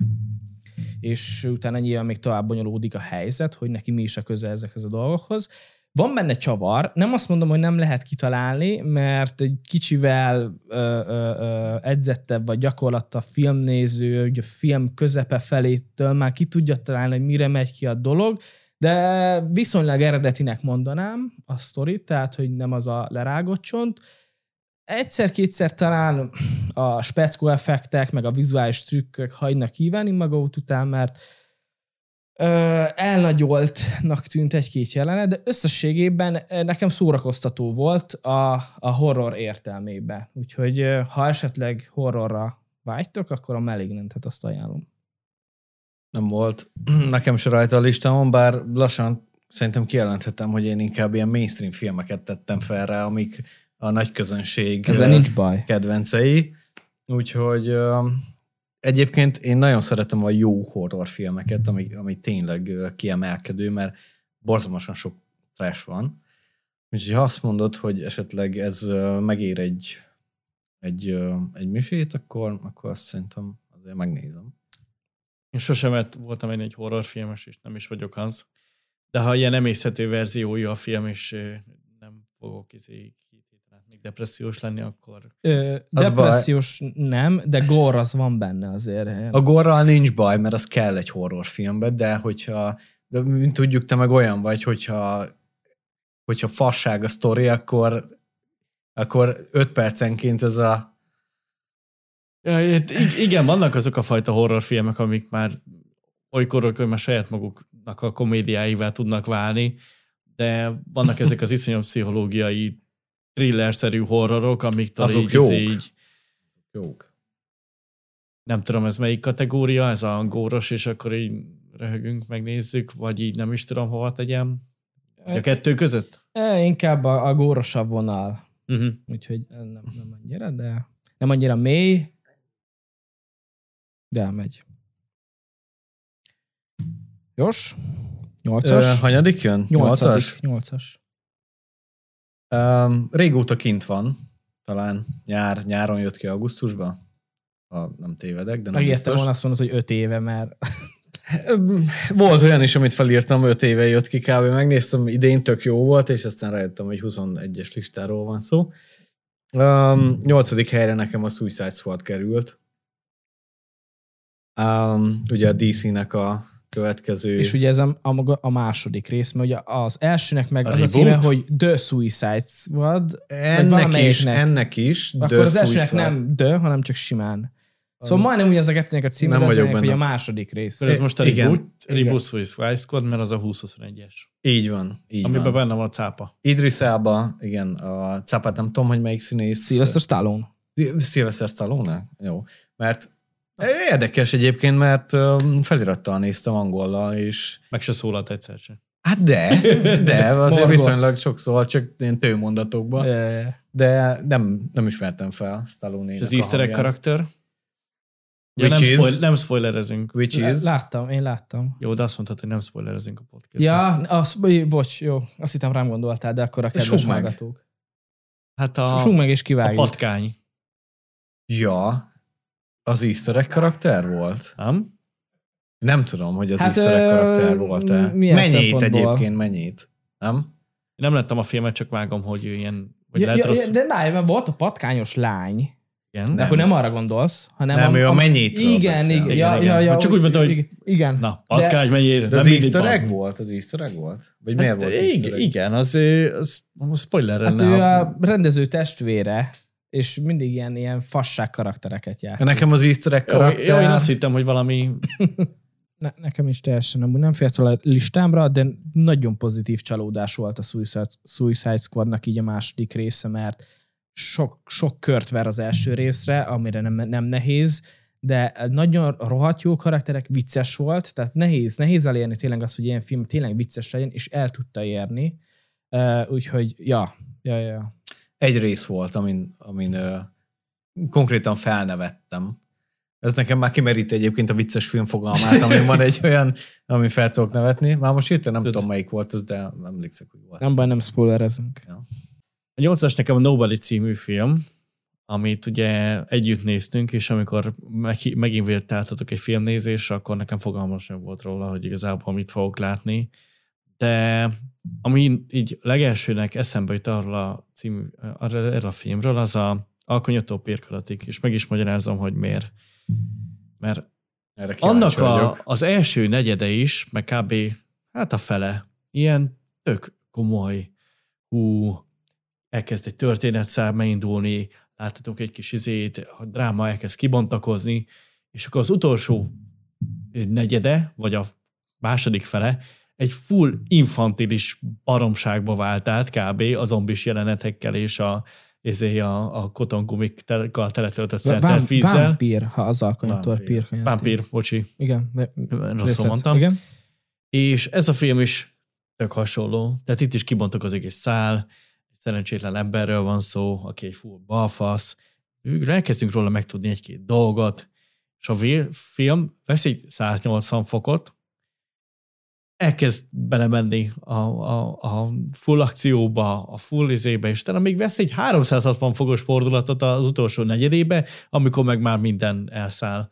és utána nyilván még tovább bonyolódik a helyzet, hogy neki mi is a köze ezekhez a dolgokhoz. Van benne csavar, nem azt mondom, hogy nem lehet kitalálni, mert egy kicsivel ö, ö, ö, edzettebb vagy gyakorlatta filmnéző, ugye a film közepe felétől már ki tudja találni, hogy mire megy ki a dolog, de viszonylag eredetinek mondanám a sztorit, tehát hogy nem az a lerágott csont. Egyszer-kétszer talán a speckó effektek, meg a vizuális trükkök hagynak kívánni maga után, mert ö, elnagyoltnak tűnt egy-két jelenet, de összességében nekem szórakoztató volt a, a horror értelmében. Úgyhogy ha esetleg horrorra vágytok, akkor a Malignantet azt ajánlom. Nem volt nekem se rajta a listámon, bár lassan szerintem kijelenthetem, hogy én inkább ilyen mainstream filmeket tettem fel rá, amik a nagy közönség ezzel nincs baj. Kedvencei. Úgyhogy uh, egyébként én nagyon szeretem a jó horrorfilmeket, ami, ami tényleg uh, kiemelkedő, mert borzalmasan sok trash van. Úgyhogy ha azt mondod, hogy esetleg ez uh, megér egy, egy, uh, egy misét, akkor, akkor azt szerintem azért megnézem. Én sosem voltam én egy horrorfilmes, és nem is vagyok az. De ha ilyen emészhető verziója a film, és nem fogok izé még depressziós lenni, akkor... Ö, depressziós baj. Nem, de gore az van benne azért. A gorral nincs baj, mert az kell egy horrorfilmbe, de hogyha, de mint tudjuk, te meg olyan vagy, hogyha, hogyha fasság a sztori, akkor, akkor öt percenként ez a... Ja, igen, vannak azok a fajta horrorfilmek, amik már olykor, hogy már saját maguknak a komédiáival tudnak válni, de vannak ezek az iszonyú pszichológiai thriller-szerű horrorok, amik azok így, jók. így jók. Nem tudom, ez melyik kategória, ez a góros, és akkor így röhögünk, megnézzük, vagy így nem is tudom, hova tegyem. A kettő között? E, inkább a, a górosabb vonal. Uh-huh. Úgyhogy nem, nem annyira, de nem annyira mély, de elmegy. Jós? Nyolcas? Ö, hanyadik jön? Nyolcadik. Nyolcas. Um, régóta kint van. Talán nyár, nyáron jött ki augusztusban. Ha nem tévedek, de nem Megijedtem biztos. volna azt mondod, hogy öt éve, mert... Volt olyan is, amit felírtam, öt éve jött ki kb. Megnéztem, idén tök jó volt, és aztán rájöttem, hogy huszonegyes listáról van szó. Um, nyolcadik helyre nekem a Suicide Squad került. Um, ugye a dé cé-nek a következő... És ugye ez a, a, a második rész, mert ugye az elsőnek meg A az reboot? a címe, hogy The Suicide Squad. Ennek is, ennek is. Akkor az elsőnek nem The, hanem csak simán. Szóval majdnem ugyanaz a kettőnek a címe, de azért, hogy a második rész. Ez most a Igen. Reboot, Reboot Suicide Squad, mert az a húsz huszonegyes. Így van. Így amiben van. benne van a cápa. Idris Elba, igen, a cápát nem tudom, hogy melyik színész. Sylvester Stallone. Sylvester Stallone? Jó. Mert érdekes egyébként, mert felirattal néztem angollal, és... Meg se szólalt egyszer sem. Hát de, de azért Margot. viszonylag sokszor, csak ilyen tőmondatokban. Yeah. De nem, nem ismertem fel Stallone-nének És az a easter egg hangját. karakter? Ja, nem, Which is? spoil, nem spoilerezünk. Which Lá- is? Láttam, én láttam. Jó, de azt mondtad, hogy nem spoilerezünk a podcast. Ja, az, bocs, jó. Azt hittem rám gondoltál, de akkor a kedves Súg meg. hallgatók. Hát A... a, Súg meg és a kivágjuk. patkány. Ja, az easter egg karakter volt? Nem? Nem tudom, hogy az Hát, easter egg ö, karakter volt-e. milyen Mennyit szempontból? egyébként, mennyit? Nem? Én nem láttam a filmet, csak vágom, hogy ő ilyen... Vagy Ja, lehet ja, rossz... ja, de várj, mert volt a patkányos lány. Igen, De de akkor nem arra gondolsz, hanem... Nem, ő a mennyitről Igen, beszél. igen, Igen, ja, igen. ja, ja, Csak úgy mondta, hogy- igen, igen. Na, patkány mennyire. De az easter egg volt? Az easter egg volt? Vagy miért volt easter igen, egg? igen, az, az, az spoiler Hát lenne. ő ha- a rendező testvére, és mindig ilyen, ilyen fasság karaktereket játszik. Nekem az easter egg Jó, karakter... jó, én azt hittem, hogy valami... Ne, nekem is teljesen nem, nem fért fel a listámra, de nagyon pozitív csalódás volt a Suicide, Suicide Squadnak így a második része, mert sok, sok kört ver az első részre, amire nem, nem nehéz, de nagyon rohadt jó karakterek, vicces volt, tehát nehéz, nehéz elérni tényleg azt, hogy ilyen film tényleg vicces legyen, és el tudta érni. Uh, úgyhogy, ja, ja, ja. Egy rész volt, amin, amin ö, konkrétan felnevettem. Ez nekem már kimerít egyébként a vicces film fogalmát, amin van egy olyan, amin fel tudok nevetni. Már most hirtelen nem Tud. tudom, melyik volt ez, de emlékszek, hogy volt. Nem baj, nem spoilerezünk. A nyolcas nekem a Nobody című film, amit ugye együtt néztünk, és amikor meg, megint vértáltatok egy filmnézésre, akkor nekem fogalmam sem volt róla, hogy igazából mit fogok látni. De ami így legelsőnek eszembe jut arról a, című, arról a filmről, az a Alkonyató Pirkadatig, és meg is magyarázom, hogy miért. Mert Erre annak kíváncsi a, vagyok. az első negyede is, meg kb. Hát a fele, ilyen tök komoly, hú, elkezd egy történetszám indulni, láthatunk egy kis izét, a dráma elkezd kibontakozni, és akkor az utolsó negyede, vagy a második fele egy full infantilis baromságba vált át kb. A zombis jelenetekkel és a, ezért a, a kotongumikkal teletöltött szentelt vízzel. Vámpír, ha az alkonyator Vámpír. pír. Vámpír, bocsi, Igen. de- rosszul részlet. mondtam. Igen. És ez a film is tök hasonló. Tehát itt is kibontakozik egy szál, egy szerencsétlen emberről van szó, aki egy full balfasz. Elkezdünk róla megtudni egy-két dolgot, és a vé- film vesz egy száznyolcvan fokot, elkezd belemenni a, a, a full akcióba, a full izébe, és utána még vesz egy háromszázhatvan fokos fordulatot az utolsó negyedébe, amikor meg már minden elszáll.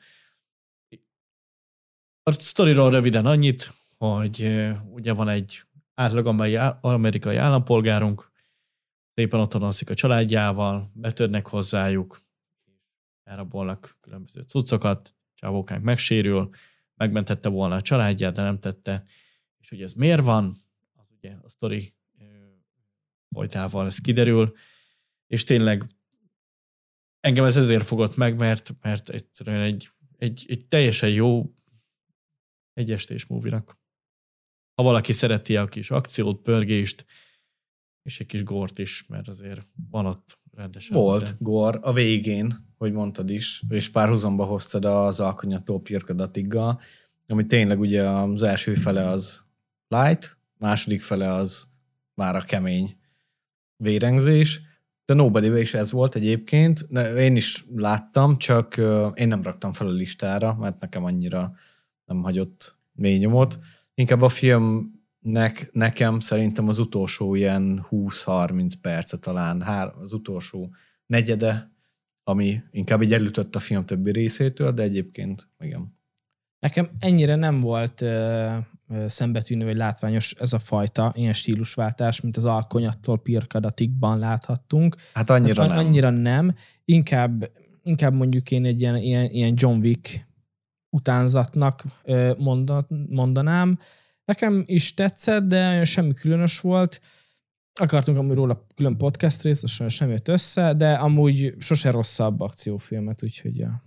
A sztoriról röviden annyit, hogy uh, ugye van egy átlag amerikai állampolgárunk, szépen otthon alszik a családjával, betörnek hozzájuk, elrabolnak különböző cuccokat, csávókánk megsérül, megmentette volna a családját, de nem tette. És hogy ez miért van, az ugye a sztori folytával ez kiderül, és tényleg engem ez ezért fogott meg, mert, mert egyszerűen egy, egy, egy teljesen jó egyestés movie-nak. Ha valaki szereti a kis akciót, pörgést, és egy kis górt is, mert azért van ott rendesen. Volt de... gór a végén, hogy mondtad is, és párhuzamba hoztad az Alkonyató Pirkadatiggal, ami tényleg ugye az első fele az light, második fele az már a kemény vérengzés, de Nobody-be is ez volt egyébként. Én is láttam, csak én nem raktam fel a listára, mert nekem annyira nem hagyott mély nyomot. Inkább a filmnek nekem szerintem az utolsó ilyen húsz-harminc perce talán, az utolsó negyede, ami inkább így elütött a film többi részétől, de egyébként igen. Nekem ennyire nem volt ö, ö, szembetűnő vagy látványos ez a fajta ilyen stílusváltás, mint az Alkonyattól Pirkadatigban láthattunk. Hát annyira hát, nem. Annyira nem. Inkább, inkább mondjuk én egy ilyen, ilyen, ilyen John Wick utánzatnak ö, monda, mondanám. Nekem is tetszett, de olyan semmi különös volt. Akartunk amúgy róla külön podcast részt, semmi jött össze, de amúgy sose rosszabb akciófilmet, úgyhogy ja.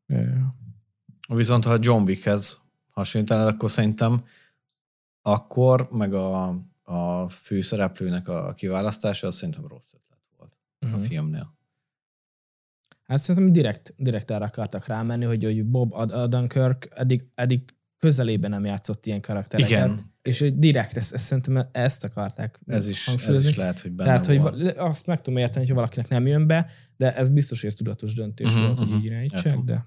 Viszont ha John Wickhez hasonlítanál, akkor szerintem akkor, meg a, a főszereplőnek a kiválasztása, az szerintem rossz ötlet volt uh-huh. a filmnél. Hát szerintem direkt, direkt erre akartak rámenni, hogy, hogy Bob Odenkirk eddig, eddig közelében nem játszott ilyen karaktereket. Igen. És hogy direkt, ezt, ezt szerintem ezt akarták ez is, ez is lehet, hogy benne Tehát, volt. hogy azt meg tudom érteni, hogy valakinek nem jön be, de ez biztos, hogy ez tudatos döntés uh-huh, volt, uh-huh. hogy így irányítsák, de...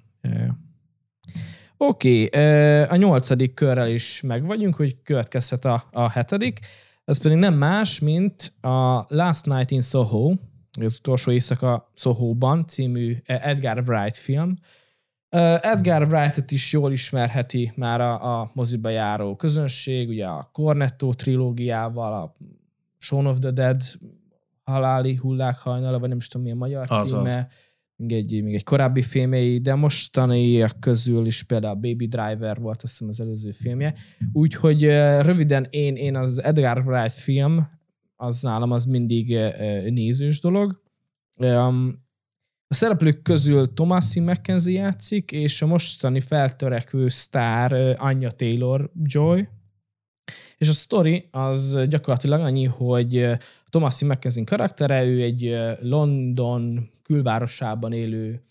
Oké, okay, a nyolcadik körrel is meg vagyunk, hogy következhet a, a hetedik. Ez pedig nem más, mint a Last Night in Soho, az utolsó éjszaka Soho-ban című Edgar Wright film. Edgar Wright-et is jól ismerheti már a, a moziba járó közönség, ugye a Cornetto trilógiával, a Shaun of the Dead haláli hullák hajnala, vagy nem is tudom milyen magyar az címe, az. Még, egy, még egy korábbi filmjei, de mostaniak közül is például Baby Driver volt, azt hiszem az előző filmje. Úgyhogy röviden én, én az Edgar Wright film, az nálam az mindig nézős dolog. A szereplők közül Thomasin McKenzie játszik, és a mostani feltörekvő sztár Anya Taylor-Joy. És a sztori az gyakorlatilag annyi, hogy Thomasin McKenzie karaktere, ő egy London külvárosában élő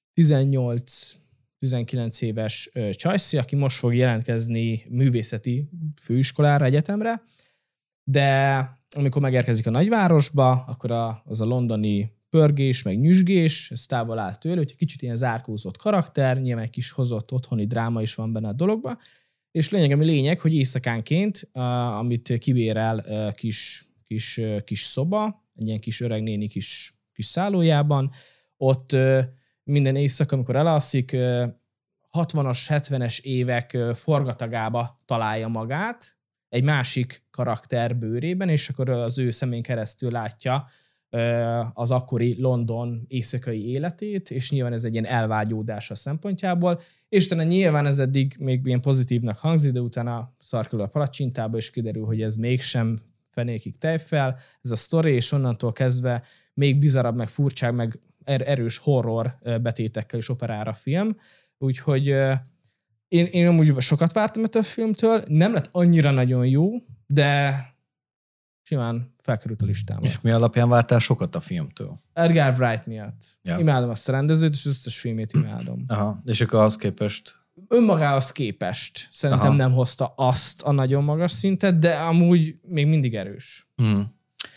tizennyolc-tizenkilenc éves csajszi, aki most fog jelentkezni művészeti főiskolára, egyetemre, de amikor megérkezik a nagyvárosba, akkor a, az a londoni pörgés, meg nyüzsgés, ez távol áll tőle, hogy kicsit ilyen zárkózott karakter, nyilván egy kis hozott otthoni dráma is van benne a dologban, és lényeg, ami lényeg, hogy éjszakánként, uh, amit kibérel uh, kis, kis, uh, kis szoba, egy ilyen kis öreg néni kis, kis szállójában, ott uh, minden éjszaka, amikor elalszik, uh, hatvanas, hetvenes évek uh, forgatagába találja magát, egy másik karakter bőrében, és akkor az ő szemén keresztül látja az akkori London éjszakai életét, és nyilván ez egy ilyen elvágyódás a szempontjából, és utána nyilván ez eddig még ilyen pozitívnak hangzik, de utána szarkül a palacsintába, és kiderül, hogy ez mégsem fenékig tejfel, ez a sztori, és onnantól kezdve még bizarabb, meg furcsább, meg erős horror betétekkel is operál a film, úgyhogy én, én amúgy sokat vártam ettől a filmtől, nem lett annyira nagyon jó, de simán felkerült a listámra. És mi alapján vártál sokat a filmtől? Edgar Wright miatt. Ja. Imádom azt a rendezőt, és az összes filmét imádom. Aha, és akkor ahhoz képest? Önmagához képest szerintem Aha. nem hozta azt a nagyon magas szintet, de amúgy még mindig erős. Hmm.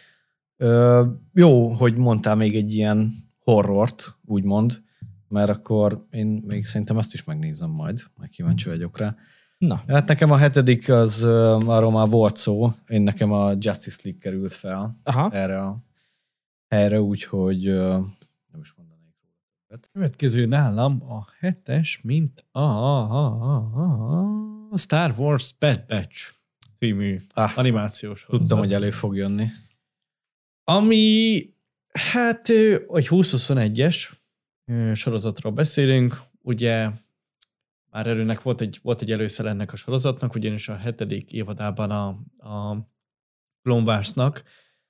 Ö, jó, hogy mondtál még egy ilyen horrort, úgymond, mert akkor én még szerintem ezt is megnézem majd, meg kíváncsi vagyok rá. Na. Hát nekem a hetedik az, uh, arról már volt szó, én nekem a Justice League került fel Aha. erre a helyre, úgyhogy uh, nem is mondanék róla. Következő nálam a hetes, mint a, a, a, a Star Wars Bad Batch című ah, animációs sorozat. Tudtam, hogy elő fog jönni. Ami, hát, egy húsz-huszonegyes sorozatról beszélünk, ugye már erőnek volt egy, volt egy előszer ennek a sorozatnak, ugyanis a hetedik évadában a, a Clone Wars-nak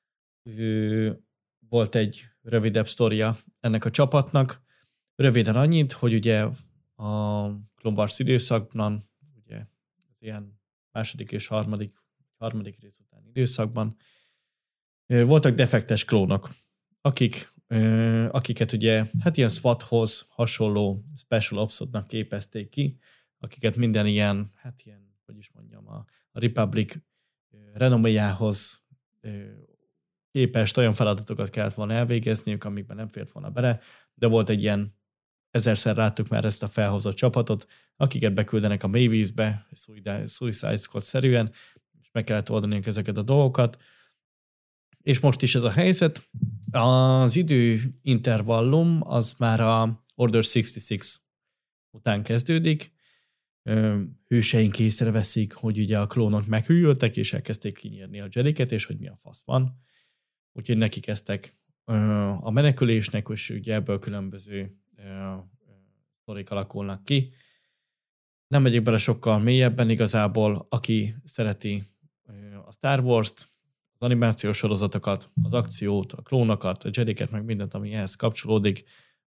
volt egy rövidebb sztoria ennek a csapatnak. Röviden annyit, hogy ugye a Clone Wars időszakban, ugye az ilyen második és harmadik, harmadik rész utáni időszakban voltak defektes klónok, akik akiket ugye, hát ilyen SWAT-hoz hasonló Special Ops-odnak képezték ki, akiket minden ilyen, hát ilyen, hogy is mondjam, a, a Republic renoméjához képest olyan feladatokat kellett volna elvégezniük, amikben nem fért volna bele, de volt egy ilyen, ezerszer láttuk már ezt a felhozott csapatot, akiket beküldenek a mélyvízbe, Suicide Squad-szerűen, és meg kellett oldaniuk ezeket a dolgokat. És most is ez a helyzet. Az időintervallum az már a Order százhatvanhat után kezdődik. Hőseink észreveszik, hogy ugye a klónok meghűltek, és elkezdték kinyírni a Jediket, és hogy mi a fasz van. Úgyhogy neki kezdtek a menekülésnek, és ugye ebből különböző sztorik alakulnak ki. Nem megyek bele sokkal mélyebben igazából, aki szereti a Star Wars-t, az animációs sorozatokat, az akciót, a klónokat, a Jediket, meg mindent, ami ehhez kapcsolódik,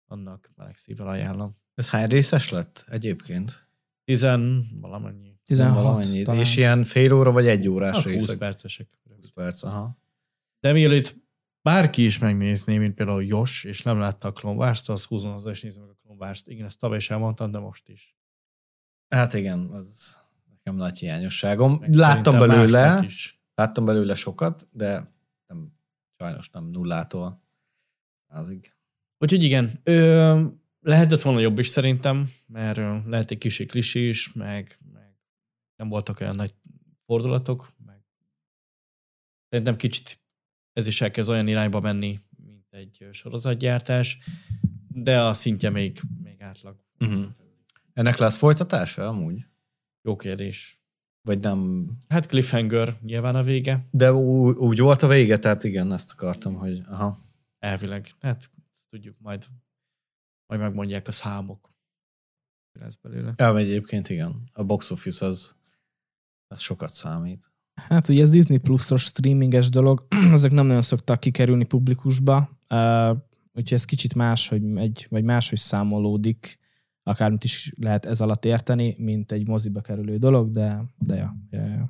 annak meleg szívvel ajánlom. Ez hány részes lett egyébként? Tizen valamennyi. tizenhat Valamennyi. talán. És ilyen fél óra vagy egy órás húsz részek? percesek. húsz perc, aha. De mielőtt bárki is megnézné, mint például Jos, és nem látta a Clone Wars-t, az húzzon haza, és nézze meg a Clone Wars-t. Igen, ezt tavaly is elmondtam, de most is. Hát igen, az nekem nagy hiányosságom. Meg Láttam szerintem belőle, másnak is. láttam belőle sokat, de nem, sajnos nem nullától azig. Úgyhogy igen, ö, lehetett volna jobb is szerintem, mert ö, lehet egy kicsi klisi is, meg, meg nem voltak olyan nagy fordulatok, meg szerintem kicsit ez is elkezd olyan irányba menni, mint egy sorozatgyártás, de a szintje még, még átlag. Uh-huh. Ennek lesz folytatása amúgy? Jó kérdés. Vagy nem? Hát cliffhanger nyilván a vége, De ú- úgy volt a vége, tehát igen, ezt akartam, hogy aha. elvileg. Hát ezt tudjuk majd, majd megmondják a számok. Mi lesz belőle. Ja, egyébként igen. A box office az, az sokat számít. Hát ugye ez Disney Plus-os streaminges dolog, azok nem nagyon szoktak kikerülni publikusba, uh, úgyhogy ez kicsit más, hogy egy, vagy máshogy számolódik, akármit is lehet ez alatt érteni, mint egy moziba kerülő dolog, de, de ja, ja, ja.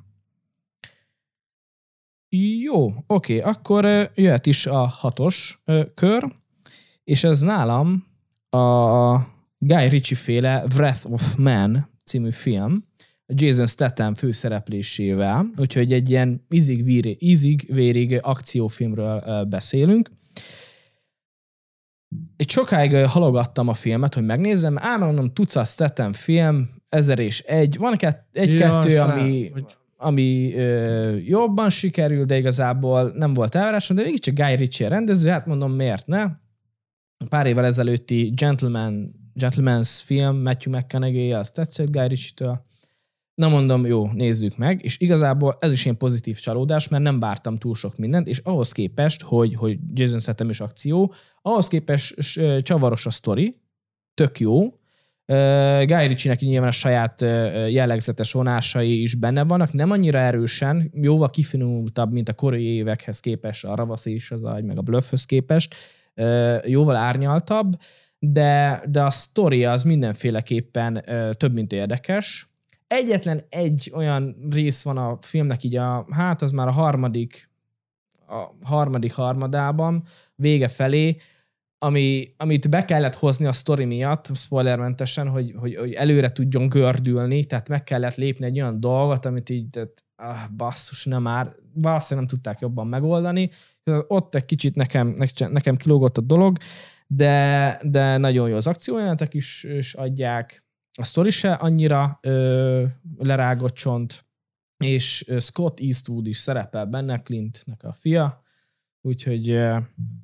Jó, oké, akkor uh, jöhet is a hatos uh, kör, és ez nálam a Guy Ritchie féle Wrath of Man című film, Jason Statham főszereplésével, úgyhogy egy ilyen ízig-vérig, ízig-vérig akciófilmről beszélünk. Egy sokáig halogattam a filmet, hogy megnézzem, ám mondom, tucat Statham film, ezer és egy, van kett, egy-kettő, Ja, ami, hogy... ami ö, jobban sikerül, de igazából nem volt elvárásom, de végig csak Guy Ritchie rendező, hát mondom, miért ne? Pár évvel ezelőtti Gentleman, Gentleman's film, Matthew McConaughey, az tetszett Guy Ritchie-től. Na mondom, jó, nézzük meg, és igazából ez is ilyen pozitív csalódás, mert nem vártam túl sok mindent, és ahhoz képest, hogy, hogy Jason Statham is akció, ahhoz képest csavaros a sztori, tök jó. Guy Ritchie-nek nyilván a saját jellegzetes vonásai is benne vannak, nem annyira erősen, jóval kifinomultabb, mint a korai évekhez képest, a Ravasz és az agy, meg a Bluffhöz képest, jóval árnyaltabb, de, de a sztori az mindenféleképpen több, mint érdekes. Egyetlen egy olyan rész van a filmnek így a, hát az már a harmadik, a harmadik harmadában, vége felé, ami, amit be kellett hozni a sztori miatt, spoilermentesen, hogy, hogy, hogy előre tudjon gördülni, tehát meg kellett lépni egy olyan dolgot, amit így, tehát, ah, basszus, nem már, valószínűleg nem tudták jobban megoldani. Ott egy kicsit nekem, nekem kilógott a dolog, de, de nagyon jó az akciójelenetek is, is adják, a sztori se annyira ö, lerágott csont, és Scott Eastwood is szerepel benne, Clintnek a fia, úgyhogy... Ö,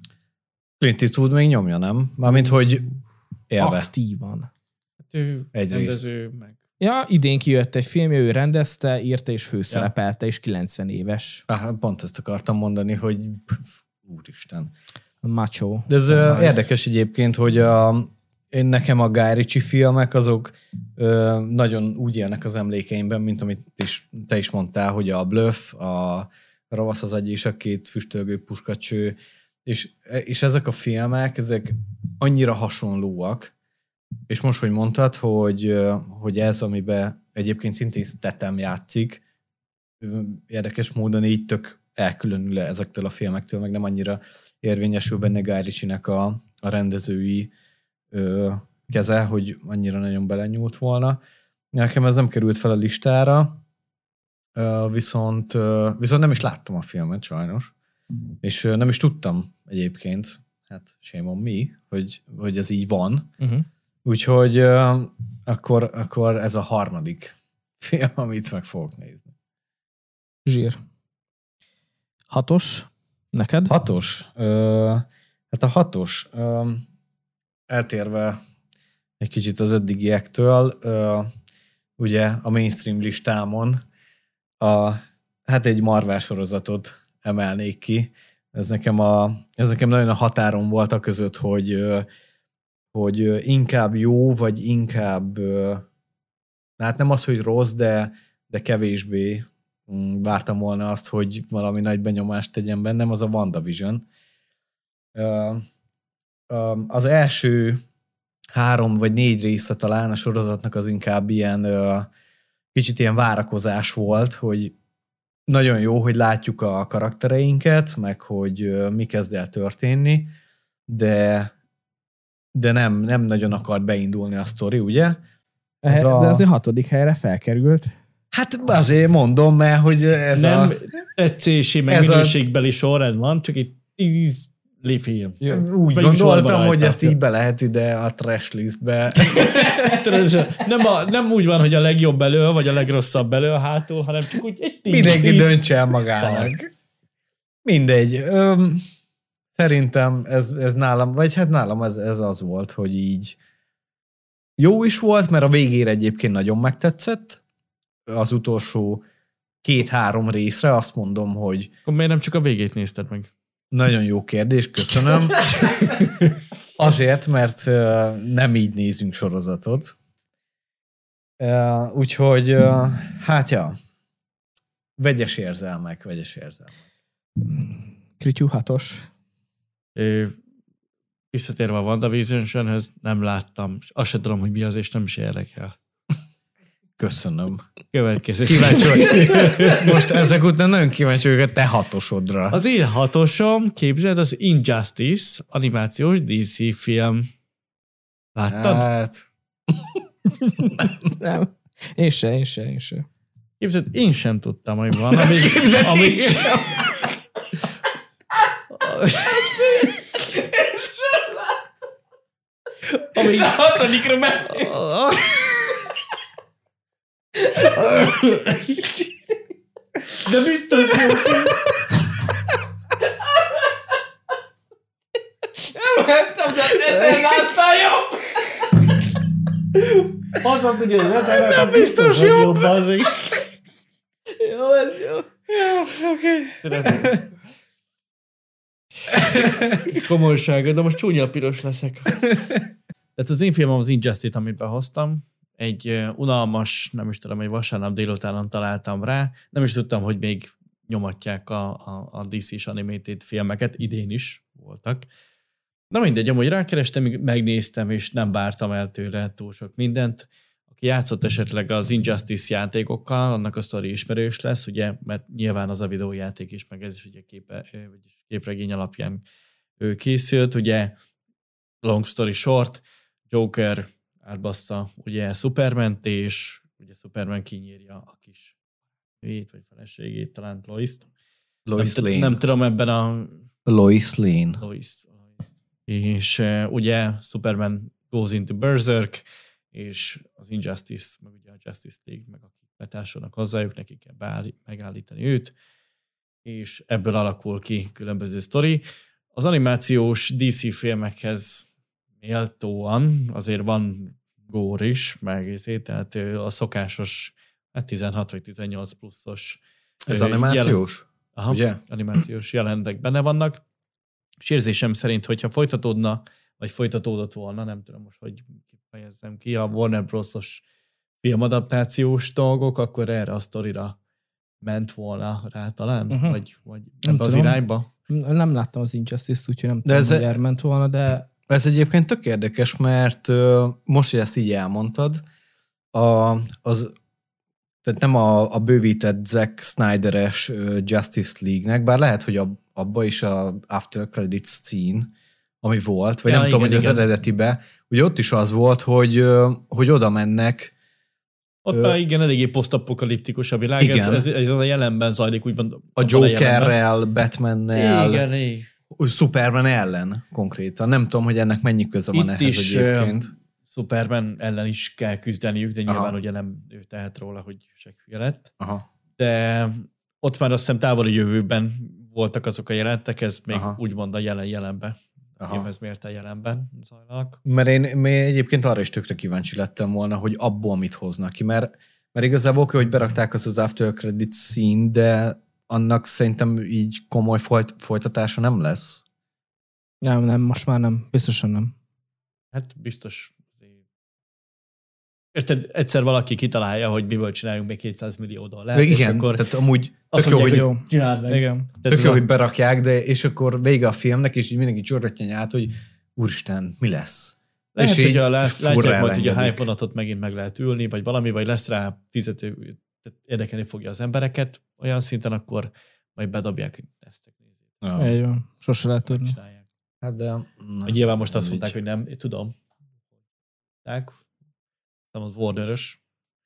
Clint Eastwood még nyomja, nem? Mármint, hogy élve. Aktívan. Hát ő Egy rendező, meg... Ja, idén kijött egy filmje, ő rendezte, írta és főszerepelte, ja. És kilencven éves. Ah, pont ezt akartam mondani, hogy úristen. Macho. De ez uh, érdekes egyébként, hogy a, én nekem a Guy Ritchie filmek azok ö, nagyon úgy élnek az emlékeimben, mint amit is, te is mondtál, hogy a Bluff, a Ravasz az agy és a két füstölgő puskacső, és, és ezek a filmek, ezek annyira hasonlóak, és most, hogy mondtad, hogy, hogy ez, amiben egyébként szintén Statham játszik, érdekes módon így tök elkülönül ezektől a filmektől, meg nem annyira érvényesül benne Guy Ritchie-nek a, a rendezői ö, keze, hogy annyira nagyon belenyúlt volna. Nekem ez nem került fel a listára, ö, viszont, ö, viszont nem is láttam a filmet sajnos, és ö, nem is tudtam egyébként, hát shame on me, hogy, hogy ez így van. Uh-huh. Úgyhogy ö, akkor, akkor ez a harmadik film, amit meg fogok nézni. Zsír. Hatos? Neked? Hatos? Ö, hát a hatos, ö, eltérve egy kicsit az eddigiektől, ö, ugye a mainstream listámon a, hát egy Marvel sorozatot emelnék ki. Ez nekem, a, ez nekem nagyon a határon volt a között, hogy, hogy inkább jó, vagy inkább, hát nem az, hogy rossz, de, de kevésbé vártam volna azt, hogy valami nagy benyomást tegyen bennem, az a WandaVision. az első három vagy négy része talán a sorozatnak az inkább ilyen kicsit ilyen várakozás volt, hogy nagyon jó, hogy látjuk a karaktereinket, meg hogy mi kezd el történni, de, de nem, nem nagyon akart beindulni a sztori, ugye? Ez de a... azért hatodik helyre felkerült. Hát azért mondom, mert hogy ez nem a... tetszési, meg minőségbeli a... sorrend van, csak itt tíz film. Úgy Vagy gondoltam, hogy ezt így be lehet ide a trash listbe. nem, a, nem úgy van, hogy a legjobb elő, vagy a legrosszabb elő hátul, hanem csak úgy egy tíz. Mindenki döntse el magának. Mindegy. Öm, szerintem ez, ez nálam, vagy hát nálam ez, ez az volt, hogy így jó is volt, mert a végére egyébként nagyon megtetszett. Az utolsó két-három részre azt mondom, hogy... Akkor miért nem csak a végét nézted meg? Nagyon jó kérdés, köszönöm. Azért, mert nem így nézünk sorozatot. Úgyhogy, hát ja, vegyes érzelmek, vegyes érzelmek. Krityú hatos. Visszatérve a WandaVision-höz, nem láttam, és azt sem tudom, hogy mi az, és nem is érdekel. Köszönöm. Következő. Kíváncsi vagy. Most ezek után nagyon kíváncsi vagyok a te hatosodra. Az én hatosom, képzeld, az Injustice, animációs dé cé film. Láttad? Hát... nem. Én se, én se, én se. Képzeld, én sem tudtam, hogy van. Amíg... amíg... amíg a hatodikra meg... De biztos jó. Nem tudom, de te lásztál jobb. Azt mondta, hogy ez nem biztos jobb. Jó, ez jó. Jó, oké. Komolysága, de most csúnya piros leszek. Tehát az én filmem az Injustice, amit behoztam. Egy unalmas, nem is tudom, egy vasárnap délutánon találtam rá. Nem is tudtam, hogy még nyomatják a, a, a dé cés animated filmeket. Idén is voltak. Na mindegy, amúgy rákerestem, megnéztem, és nem vártam el tőle túl sok mindent. Aki játszott esetleg az Injustice játékokkal, annak a sztori ismerős lesz, ugye, mert nyilván az a videójáték is, meg ez is ugye képe, vagyis képregény alapján készült. Ugye, long story short, Joker átbassza ugye Supermant, és ugye Superman kinyírja a kis nőjét, vagy feleségét, talán Lois-t. Lois nem, Lane. nem tudom, ebben a... Lois Lane. Lois. És uh, ugye Superman goes into Berserk, és az Injustice, meg ugye a Justice League, meg akik betársulnak hozzájuk, nekik kell beállít, megállítani őt, és ebből alakul ki különböző sztori. Az animációs dé cé filmekhez méltóan, azért van gór is, meg ezért, tehát a szokásos hát tizenhat vagy tizennyolc pluszos. Ez animációs? Jelen... Aha, ugye? Animációs jelentek benne vannak. És érzésem szerint, hogyha folytatódna, vagy folytatódott volna, nem tudom most, hogy fejezzem ki, a Warner Bros-os filmadaptációs dolgok, akkor erre a sztorira ment volna rá talán, uh-huh. vagy, vagy ebbe az irányba. Nem láttam az Injustice-t, úgyhogy nem de tudom, hogy elment volna, de... Ez egyébként tök érdekes, mert uh, most, hogy ezt így elmondtad, a, az, tehát nem a, a bővített Zack Snyder-es uh, Justice League-nek, bár lehet, hogy a, abba is a After Credits scene, ami volt, vagy ja, nem igen, tudom, hogy igen. Az eredetibe, ugye ott is az volt, hogy, uh, hogy oda mennek. Ott uh, igen, eléggé posztapokaliptikus a világ, ez, ez, ez a jelenben zajlik, úgymond. A Jokerrel, Batmannel. Igen, igen. Superman ellen konkrétan. Nem tudom, hogy ennek mennyi köze van itt ehhez is, egyébként. Uh, Superman ellen is kell küzdeniük, de nyilván Aha. ugye nem ő tehet róla, hogy se hülye lett. Aha. De ott már azt hiszem távoli jövőben voltak azok a jelentek, ez még Aha. úgymond a jelen-jelenben. Ez miért a jelenben zajlanak. Mert én, én egyébként arra is tökre kíváncsi lettem volna, hogy abból mit hoznak ki, mert, mert igazából oké, hogy berakták azt az After Credits scene, de annak szerintem így komoly folyt, folytatása nem lesz. Nem, nem, most már nem. Biztosan nem. Hát biztos. Érted, egyszer valaki kitalálja, hogy miből csináljunk még kétszáz millió dollárt. Igen, akkor tehát amúgy azt tök mondják, jó, hogy csináld meg. Igen. Tök jó, hogy berakják, de és akkor vége a filmnek, és így mindenki csorgatja át, hogy úristen, mi lesz? Lehet, és hogy így a, lát, látják majd, hogy a rálengedik. hype vonatot megint meg lehet ülni, vagy valami, vagy lesz rá fizető, tehát érdekelni fogja az embereket olyan szinten, akkor majd bedobják ezt. Ja. Így van. Sose lehet tudni. Csinálják. Hát de... Hogy nyilván most azt mondták, hogy nem, én tudom. Nem az Warner-ös.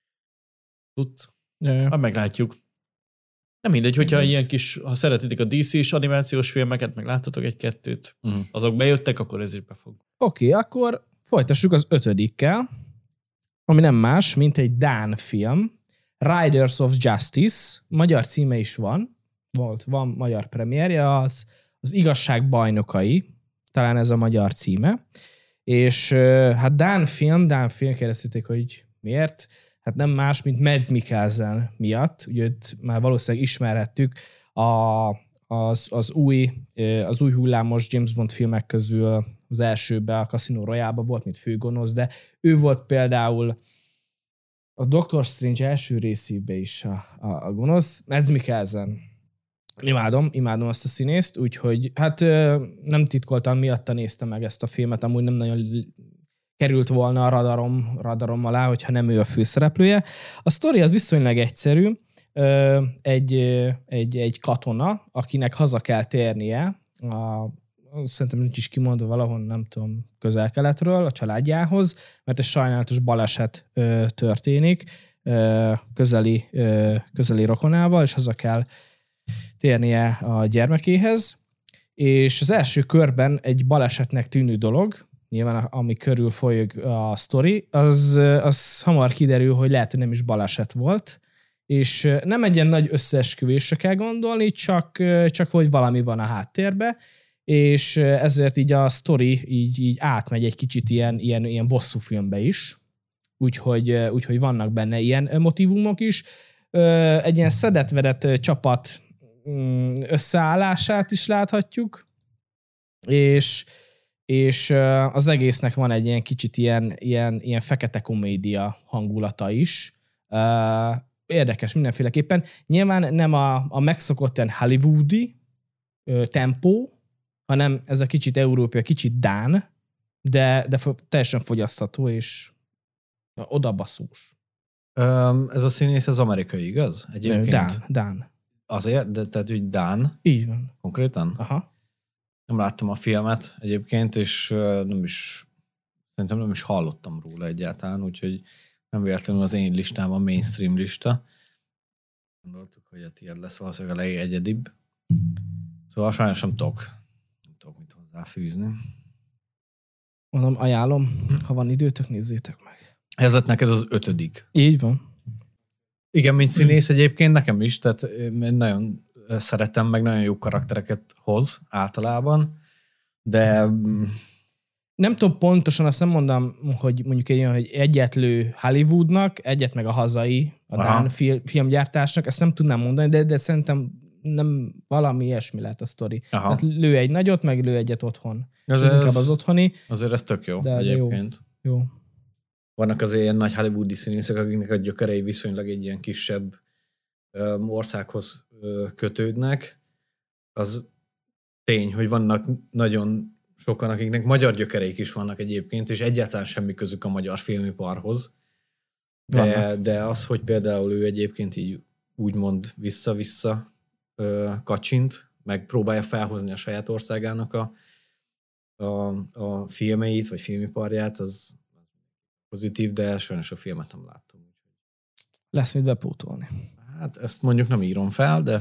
Tud. Ja, ja. Hát meglátjuk. Nem mindegy, hogyha ilyen kis, ha szeretitek a dé cé-s animációs filmeket, meg láttatok egy-kettőt, Uh-huh. azok bejöttek, akkor ez is befog. Oké, okay, akkor folytassuk az ötödikkel, ami nem más, mint egy dán film. Riders of Justice, magyar címe is van, volt, van magyar premierje, az, az igazság bajnokai, talán ez a magyar címe, és hát dán film, dán film, kérdeztétek, hogy miért? Hát nem más, mint Mads Mikkelsen miatt, ugye őt már valószínűleg ismerhettük a, az, az, új, az új hullámos James Bond filmek közül az elsőben, a Casino Royale-ban volt, mint főgonosz, de ő volt például a Doctor Strange első részében is a, a, a gonosz. Mads Mikkelsen. Imádom, imádom azt a színészt, úgyhogy hát nem titkoltan miatta néztem meg ezt a filmet, amúgy nem nagyon került volna a radarom, radarom alá, hogyha nem ő a főszereplője. A sztori az viszonylag egyszerű. Egy, egy, egy katona, akinek haza kell térnie, a, szerintem nincs is kimondva valahol, nem tudom, közel-keletről, a családjához, mert egy sajnálatos baleset történik közeli, közeli rokonával, és haza kell térnie a gyermekéhez. És az első körben egy balesetnek tűnő dolog, nyilván ami körül folyik a sztori, az, az hamar kiderül, hogy lehet, hogy nem is baleset volt, és nem egy ilyen nagy összeesküvésre kell gondolni, csak, csak hogy valami van a háttérbe, és ezért így a sztori így, így átmegy egy kicsit ilyen, ilyen, ilyen bosszúfilmbe is, úgyhogy, úgyhogy vannak benne ilyen motívumok is. Egy ilyen szedett-vedett csapat összeállását is láthatjuk, és és az egésznek van egy ilyen kicsit ilyen, ilyen, ilyen fekete komédia hangulata is. Érdekes mindenféleképpen. Nyilván nem a, a megszokott ilyen hollywoodi tempó, hanem ez a kicsit európai, kicsit dán, de, de teljesen fogyasztható és odabaszós. Ez a színész az amerikai, igaz? Egyébként? Dán, dán. Azért? De tehát, hogy dán? Így van. Konkrétan? Aha. Nem láttam a filmet egyébként, és nem is, szerintem nem is hallottam róla egyáltalán, úgyhogy nem véletlenül az én listámon mainstream lista. Gondoltuk, hogy a tiéd lesz valószínűleg a legegyedibb. Szóval sajnos nem tudok, nem tudok mit hozzáfűzni. Mondom, ajánlom, ha van időtök, nézzétek meg. Ezetnek ez az ötödik. Így van. Igen, mint színész egyébként nekem is, tehát nagyon szeretem, meg nagyon jó karaktereket hoz általában, de... Nem tudom pontosan, azt nem mondom, hogy mondjuk egy olyan, hogy egyet lő Hollywoodnak, egyet meg a hazai, a dán fil- filmgyártásnak, ezt nem tudnám mondani, de, de szerintem nem valami ilyesmi lehet a sztori. Aha. Tehát lő egy nagyot, meg lő egyet otthon. Ez, ez inkább az otthoni. Azért ez tök jó de, egyébként. De jó. jó. Vannak azért ilyen nagy hollywoodi színészek, akiknek a gyökerei viszonylag egy ilyen kisebb ö, országhoz ö, kötődnek. Az tény, hogy vannak nagyon sokan, akiknek magyar gyökereik is vannak egyébként, és egyáltalán semmi közük a magyar filmiparhoz. De, de az, hogy például ő egyébként így úgymond vissza-vissza ö, kacsint, meg próbálja felhozni a saját országának a, a, a filmeit, vagy filmiparját, az pozitív, de sajnos a filmet nem láttam. Lesz mit bepótolni. Hát ezt mondjuk nem írom fel, de...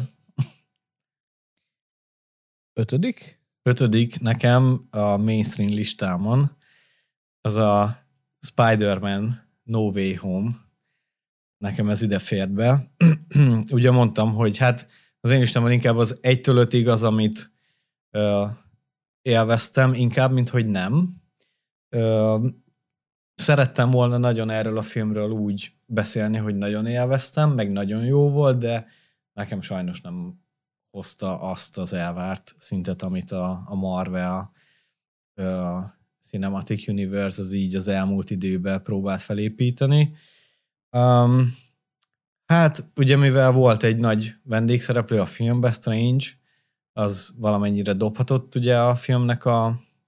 Ötödik? Ötödik nekem a mainstream listámon az a Spider-Man No Way Home. Nekem ez ide fér be. Ugye mondtam, hogy hát az én listámon inkább az egytől ötig az, amit ö, élveztem, inkább, mint hogy nem. Ö, szerettem volna nagyon erről a filmről úgy beszélni, hogy nagyon élveztem, meg nagyon jó volt, de nekem sajnos nem hozta azt az elvárt szintet, amit a, a Marvel a Cinematic Universe az így az elmúlt időben próbált felépíteni. Um, hát ugye mivel volt egy nagy vendégszereplő a filmben, Strange, az valamennyire dobhatott ugye a filmnek a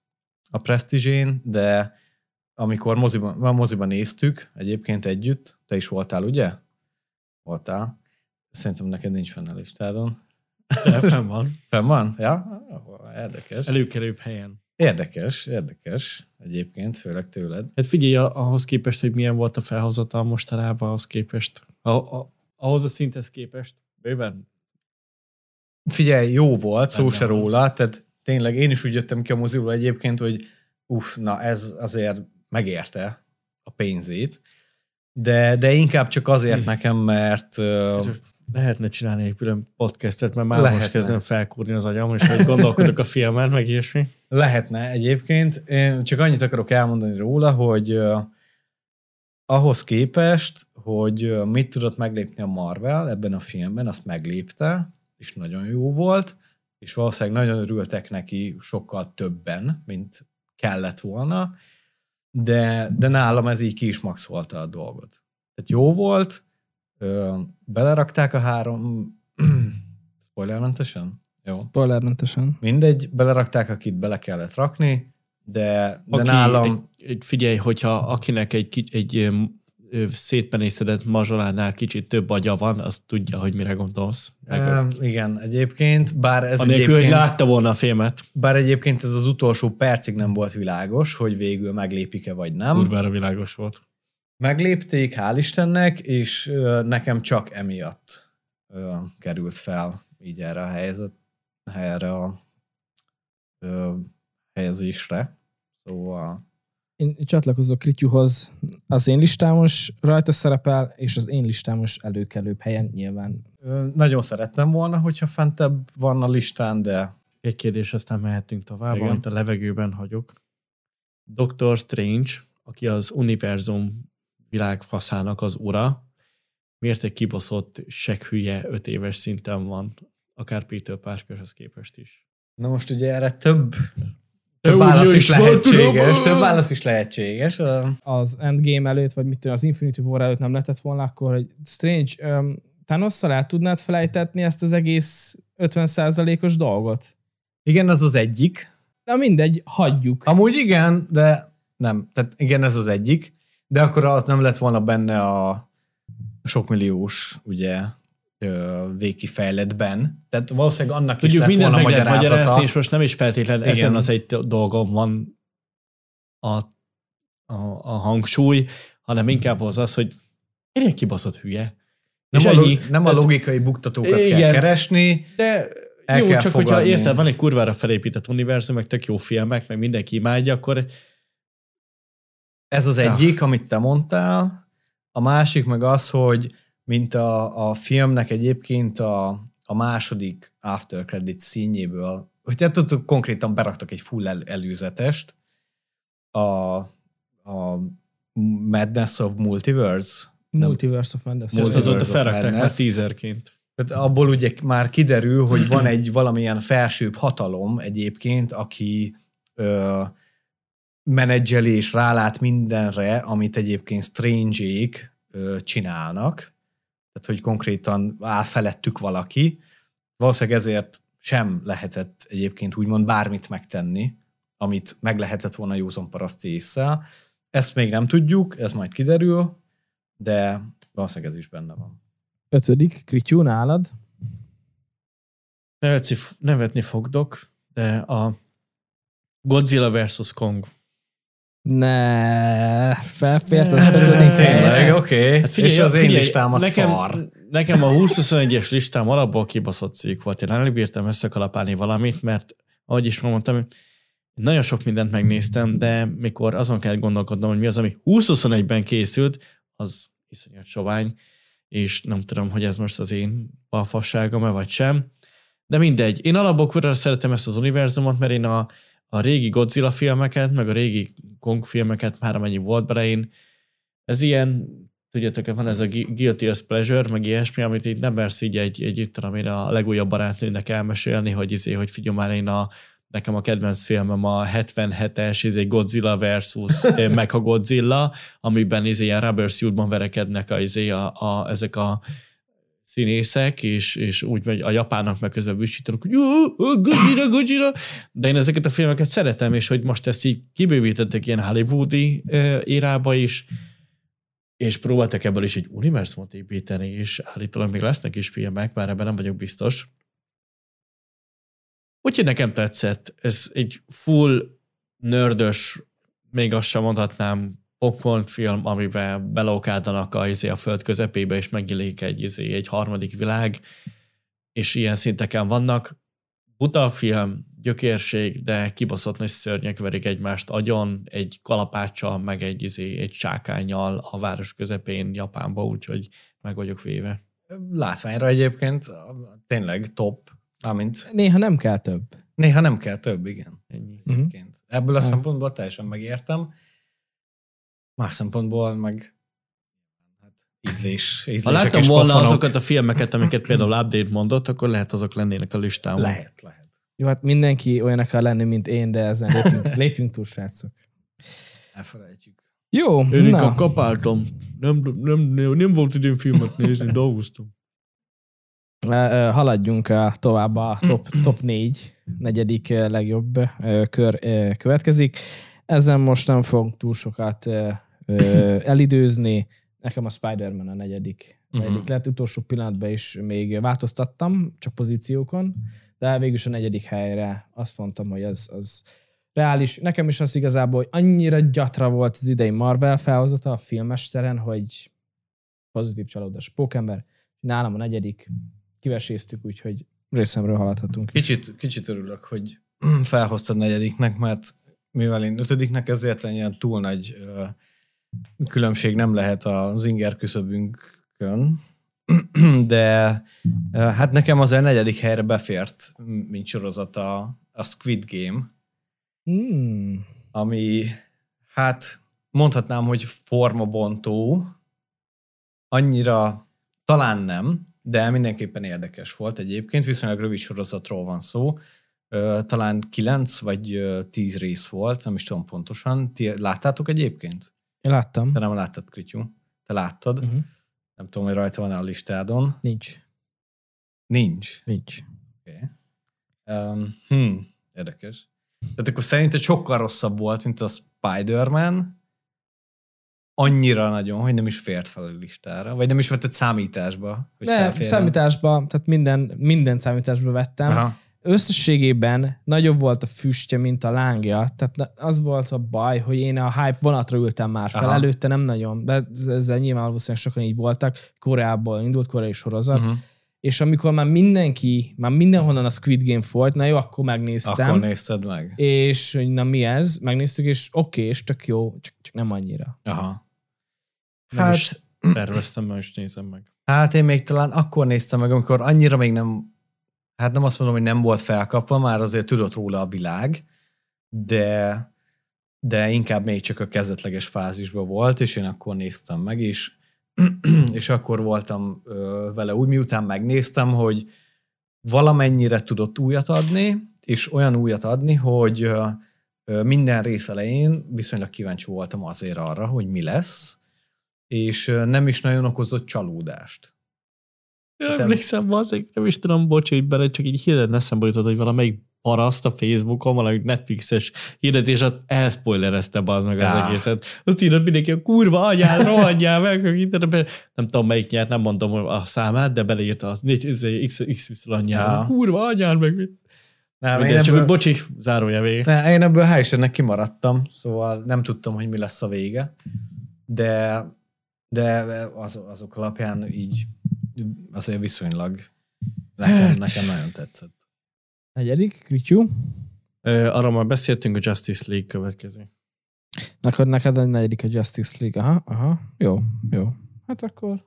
a Prestige-én, de amikor moziban, moziban néztük, egyébként együtt, te is voltál, ugye? Voltál. Szerintem neked nincs fenn a listádon. De fenn van. Fenn van? Ja? Érdekes. Előkelőbb helyen. Érdekes, érdekes egyébként, főleg tőled. Hát figyelj, ahhoz képest, hogy milyen volt a felhozatal mostanában, ahhoz képest, a, a, ahhoz a szinthez képest, bőven. Figyelj, jó volt, szó Benne se van. róla, tehát tényleg én is úgy jöttem ki a moziból egyébként, hogy uff, na ez azért megérte a pénzét, de, de inkább csak azért Hm. nekem, mert uh, Lehetne csinálni egy külön podcastet, mert már Lehetne. most kezdem felkúrni az agyam, és hogy gondolkodok a filmen, meg ilyesmi. lehetne egyébként. Én csak annyit akarok elmondani róla, hogy uh, ahhoz képest, hogy uh, mit tudott meglépni a Marvel ebben a filmben, azt meglépte, és nagyon jó volt, és valószínűleg nagyon örültek neki sokkal többen, mint kellett volna, de, de nálam ez így ki is maxolta a dolgot. Tehát jó volt, ö, belerakták a három... Spoilermentesen? Jó. Spoilermentesen. Mindegy, belerakták, akit bele kellett rakni, de, de Aki, nálam... egy, egy, figyelj, hogyha akinek egy, ki- egy, egy szétpenészedett mazsolánál kicsit több agya van, az tudja, hogy mire gondolsz. Ö, igen, egyébként, bár ez Anélkül, egyébként... hogy látta volna a filmet. Bár egyébként ez az utolsó percig nem volt világos, hogy végül meglépik-e vagy nem. Kurvára világos volt. Meglépték, hál' Istennek, és ö, nekem csak emiatt ö, került fel így erre a helyzet, erre a ö, helyezésre. Szóval... Én csatlakozok Krityuhoz. Az én listámos rajta szerepel, és az én listámos előkelőbb helyen nyilván. Ö, nagyon szerettem volna, hogyha fentebb van a listán, de Egy kérdés, aztán mehetünk tovább, Igen. amit a levegőben hagyok. doktor Strange, aki az univerzum világfaszának az ura, miért egy kibaszott seghülye öt éves szinten van, akár Peter Parkerhez képest is. na most ugye erre több, több Jó, válasz jó is is volt, lehetséges, tudom. több válasz is lehetséges. Ö, Az Endgame előtt, vagy mit tudom, az Infinity War előtt nem lehetett volna, akkor, hogy Strange, um, Thanosszal el tudnád felejtetni ezt az egész ötven százalékos dolgot? igen, ez az egyik. Na mindegy, hagyjuk. Amúgy igen, de nem. Tehát igen, ez az egyik, de akkor az nem lett volna benne a sokmilliós, ugye, ö, végkifejletben. Tehát valószínűleg annak is Tudjuk, lett mindent volna meg lehet magyarázata. magyarázni, és most nem is feltétlenül Igen. ezen az egy dolgon van a, a, a hangsúly, hanem inkább az az, hogy én egy kibaszott hülye. Nem, És a, ennyi. log- nem a Tehát- logikai buktatókat Igen. kell keresni, De el jó, kell csak fogadni. hogyha érted, van egy kurvára felépített univerzum, meg tök jó filmek, meg mindenki imádja, akkor Ez az Ah. egyik, amit te mondtál. A másik meg az, hogy mint a, a filmnek egyébként a, a második after credit színjéből, hogy te tudtuk, konkrétan beraktak egy full el, előzetest, a, a Madness of Multiverse. Multiverse of Madness. ezt Multiverse azóta of felrakták már Madness. teaserként. Tehát abból ugye már kiderül, hogy van egy valamilyen felsőbb hatalom egyébként, aki ö, menedzseli és rálát mindenre, amit egyébként Strange-ék ö, csinálnak. Tehát, hogy konkrétan áll felettük valaki. Valószínűleg ezért sem lehetett egyébként úgymond bármit megtenni, amit meg lehetett volna józan paraszti ésszel. Ezt még nem tudjuk, ez majd kiderül, de valószínűleg ez is benne van. Ötödik, Krityu, nálad? Nevetni, nevetni fogdok, de a Godzilla versus. Kong. Ne, felfért az Hát ez ötödik tényleg, helyre. oké. Okay. Hát figyelj, És az én figyelj, listám az nekem, szar. Nekem a húsz-huszonegyes listám alapból kibaszott cikk volt. Én nem bírtam összekalapálni valamit, mert ahogy is mondtam, nagyon sok mindent megnéztem, de mikor azon kell gondolkodnom, hogy mi az, ami húsz-huszonegyben készült, az iszonyat sovány, és nem tudom, hogy ez most az én balfasságom-e vagy sem. De mindegy. Én alapból kurva szeretem ezt az univerzumot, mert én a, a régi Godzilla filmeket, meg a régi Kong filmeket, már amennyi volt bele, én ez ilyen, tudjátok, van ez a guilty as pleasure, meg ilyesmi, amit így nem mersz így egy, egy itt tudom én a legújabb barátnőnek elmesélni, hogy izé, hogy figyelj már, én a, nekem a kedvenc filmem a hetvenhetes izé Godzilla versus Mecha Godzilla, amiben izé ilyen rubber suitban verekednek a, izé, a, a, ezek a színészek, és, és úgy megy a japánok meg közben vüsítanak, hogy Godzilla, Godzilla, de én ezeket a filmeket szeretem, és hogy most ezt így kibővítettek ilyen hollywoodi érába is, és próbáltak ebből is egy univerzumot építeni, és állítólag még lesznek is filmek, bár ebben nem vagyok biztos. Úgyhogy nekem tetszett. Ez egy full nördös, még azt sem mondhatnám, popcorn film, amiben belokáltanak a, a föld közepébe, és megnyílik egy, egy harmadik világ, és ilyen szinteken vannak. Buta film, gyökérség, de kibaszott nagy szörnyek verik egymást agyon, egy kalapáccsal, meg egy, egy sákánnyal a város közepén Japánba, úgyhogy meg vagyok véve. Látványra egyébként tényleg top, amint... Néha nem kell több. Néha nem kell több, igen. Ennyi. Egyébként. Ebből a Ez. szempontból teljesen megértem. Más szempontból meg hát ízlés, ízlések Ha láttam és volna pofonok. azokat a filmeket, amiket például Update mondott, akkor lehet azok lennének a listámon. Lehet, lehet. Jó, hát mindenki olyan akar lenni, mint én, de ezen lépjünk, lépjünk túl, srácok. Elfelejtjük. Jó, Én na. inkább kapáltam. Nem, nem, nem, nem volt időm filmet nézni, dolgoztam. Ö, Haladjunk a- tovább a top, top négy, negyedik ö, legjobb ö, kör ö, következik. Ezen most nem fogunk túl sokat ö, ö, elidőzni. Nekem a Spider-Man a negyedik, Mhm. negyedik lett. Utolsó pillanatban is még változtattam, csak pozíciókon, de végül is a negyedik helyre azt mondtam, hogy az, az reális. Nekem is az igazából, hogy annyira gyatra volt az idei Marvel felhozata a filmesteren, hogy pozitív csalódás. Pókember, nálam a negyedik, kiveséztük, úgyhogy részemről haladhatunk is. Kicsit, kicsit örülök, hogy felhoztad negyediknek, mert mivel én ötödiknek, ezért ilyen túl nagy ö, különbség nem lehet az inger küszöbünkön, de ö, hát nekem az a negyedik helyre befért, mint sorozat a, a Squid Game, Hmm. ami hát mondhatnám, hogy formabontó, annyira talán nem, de mindenképpen érdekes volt egyébként, viszonylag rövid sorozatról van szó, Ö, talán kilenc vagy ö, tíz rész volt, nem is tudom pontosan. Ti láttátok egyébként? Én láttam. Te nem láttad, Krityú. Te láttad. Uh-huh. Nem tudom, hogy rajta van a listádon. Nincs. Nincs. Nincs. Okay. Um, hmm, érdekes. Tehát akkor szerinted sokkal rosszabb volt, mint a Spider-Man, annyira nagyon, hogy nem is fért fel a listára, vagy nem is vetted számításba. Hogy De felférjen. számításba, tehát minden, minden számításba vettem. Aha. Összességében nagyobb volt a füstje, mint a lángja. Tehát az volt a baj, hogy én a hype vonatra ültem már fel. Aha. Előtte nem nagyon, de ezzel nyilván valószínűleg sokan így voltak. Koreából indult, koreai sorozat. Uh-huh. És amikor már mindenki, már mindenhonnan a Squid Game folyt, na jó, akkor megnéztem. Akkor nézted meg. És hogy na mi ez? Megnéztük, és oké, és tök jó, csak, csak nem annyira. Aha. Nem Hát, is terveztem, mert is nézem meg. hát én még talán akkor néztem meg, amikor annyira még nem, hát nem azt mondom, hogy nem volt felkapva, már azért tudott róla a világ, de, de inkább még csak a kezdetleges fázisban volt, és én akkor néztem meg, és, és akkor voltam ö, vele úgy, miután megnéztem, hogy valamennyire tudott újat adni, és olyan újat adni, hogy ö, ö, minden rész elején viszonylag kíváncsi voltam azért arra, hogy mi lesz, és ö, nem is nagyon okozott csalódást. Ja, emlékszem, azért nem is tudom, bocs, hogy bele csak így hirdet eszembe jutott, hogy valamelyik paraszt a Facebookon, valami Netflixes hirdetés, ott elspoilerezte az meg az Ja. egészet. Azt írott mindenki, a kurva anyád, rohadjál meg, nem tudom melyik nyert, nem mondom a számát, de beleírta az X Y anyád, Ja. kurva anyád, meg mit. Nem, Mindegy, csak hogy bocsi, zárója végig. Ne, én ebből hál' Istennek kimaradtam, szóval nem tudtam, hogy mi lesz a vége, de, de az, azok alapján így azért viszonylag nekem, nekem nagyon tetszett. Negyedik, Krityú. Ö, Arra már beszéltünk, a Justice League következő. Neked, neked a negyedik a Justice League. Aha, aha. Jó, jó. Hát akkor...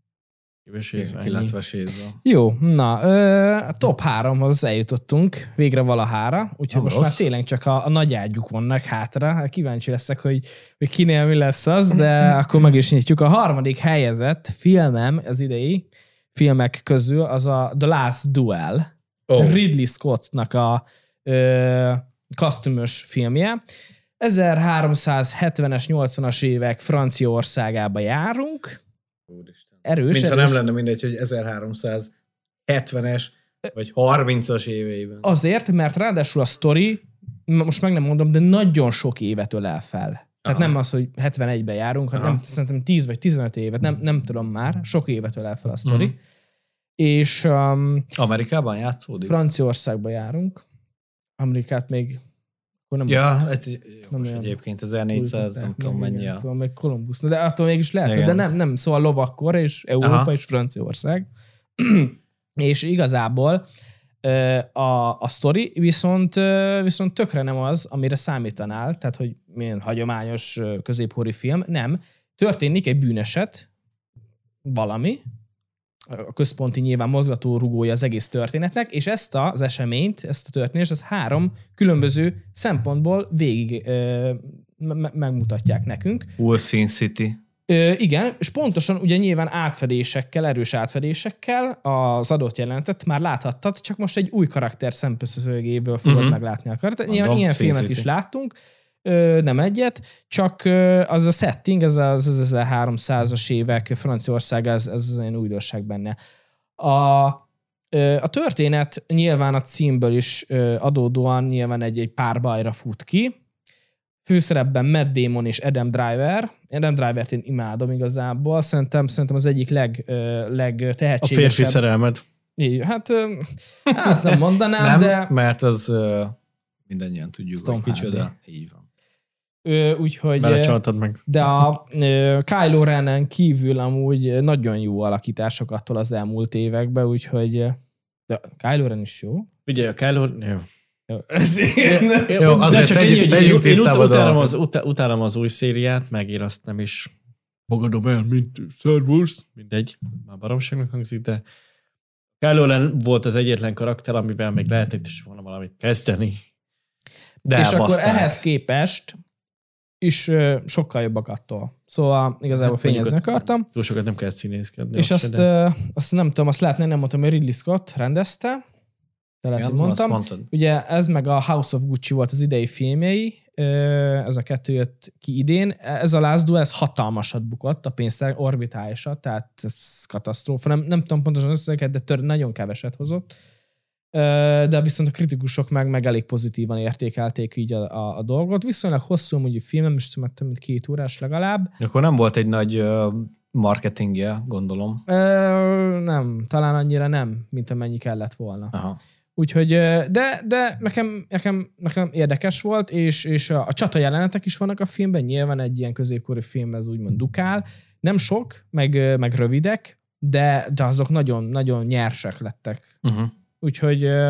Ki lett vesézve. Jó, na, ö, a top háromhoz eljutottunk, végre valahára, úgyhogy Nem most rossz. már tényleg csak a, a nagy ágyuk vannak hátra. Kíváncsi leszek, hogy, hogy kinél mi lesz az, de akkor meg is nyitjuk. A harmadik helyezett filmem az idei filmek közül az a The Last Duel. Oh. Ridley Scottnak a ö, kasztümös filmje. ezerháromszázhetvenes, nyolcvanas évek Franciaországába járunk. Úristen. erős. Mintha erős. nem lenne mindegy, hogy ezerháromszázhetvenes vagy harmincas éveiben. Azért, mert ráadásul a sztori, most meg nem mondom, de nagyon sok évet ölel fel. Tehát Aha. nem az, hogy hetvenegyben járunk, hanem nem, szerintem tíz vagy tizenöt évet, nem, nem tudom már, sok évet ölel fel a sztori. Mhm. És um, Amerikában játszódik? Franciaországba járunk. Amerikát még akkor nem Ja, ez nem most olyan egyébként ezernégyszáz, nem tudom meg, mennyi. igen, A... Szóval meg Kolumbusz. De attól mégis lehet, Igen. de nem, nem, szóval lovakkor, és Európa Aha. és Franciaország. És igazából ö, a, a sztori viszont, ö, viszont tökre nem az, amire számítanál, tehát hogy milyen hagyományos ö, középkori film, nem. Történik egy bűneset, valami, a központi nyilván mozgató rugója az egész történetnek, és ezt az eseményt, ezt a történést, ez három különböző szempontból végig ö, me- megmutatják nekünk. Wall Sin City. Ö, igen, és pontosan ugye nyilván átfedésekkel, erős átfedésekkel az adott jelenetet már láthattad, csak most egy új karakter szemszögéből fogod Mhm. meglátni a karaktert. Nyilván Mondom, ilyen Sin filmet City. is láttunk, ö, nem egyet, csak ö, az a setting, ez az, az ezerháromszázas évek Franciaország, ez, ez az olyan újdonság benne. A, ö, a történet nyilván a címből is ö, adódóan nyilván egy, egy párbajra fut ki. Főszerepben Matt Damon és Adam Driver. Adam Drivert én imádom igazából. Szerintem, szerintem az egyik leg, ö, A legtehetségesebb. férfi szerelmed. Így, hát ö, azt nem mondanám, Nem, de mert az uh, mindannyian tudjuk, Tom hogy kicsoda. Hardy. Így van. ö, úgyhogy... Belecsaltad meg. De a ö, Kylo Renen kívül amúgy nagyon jó alakítások attól az elmúlt években, úgyhogy ö, de Kylo Ren is jó. Ugye a Kylo... Jó. Jó, ez Jó, azért csak tegyük- ennyi, hogy tegyünk én, én tisztába ut- utálom, dolgokat. az, ut- utálom az új szériát, meg én azt nem is fogadom el, mint Star Wars. Mindegy, már baromságnak hangzik, de Kylo Ren volt az egyetlen karakter, amivel még lehetett is volna valamit kezdeni. De és akkor elbaszták. ehhez képest is ö, sokkal jobbak attól. Szóval igazából Hát fényezni mondjuk, akartam. Túl sokat nem kell színészkedni. És ott azt, se, de- ö, azt nem tudom, azt lehetne, nem mondtam, hogy Ridley Scott rendezte, de lehet, Igen, hogy mondtam. azt mondtad. Ugye ez meg a House of Gucci volt az idei filmjei, ö, ez a kettő jött ki idén. Ez a Last Duel, ez hatalmasat bukott, a pénztár orbitálisat, tehát ez katasztrófa. Nem, nem tudom pontosan összegeket, de tör, nagyon keveset hozott. Ö, de viszont a kritikusok meg, meg elég pozitívan értékelték így a, a, a dolgot. Viszonylag hosszú amúgy a film, nem is tudom, több mint két órás legalább. Akkor nem volt egy nagy uh, marketingje, gondolom. Ö, nem, talán annyira nem, mint amennyi kellett volna. Aha. Úgyhogy, ö, de, de nekem, nekem, nekem érdekes volt, és, és a, a csata jelenetek is vannak a filmben, nyilván egy ilyen középkori film, ez úgymond dukál. Nem sok, meg, ö, meg rövidek, de, de azok nagyon, nagyon nyersek lettek. Uh-huh. Úgyhogy ö,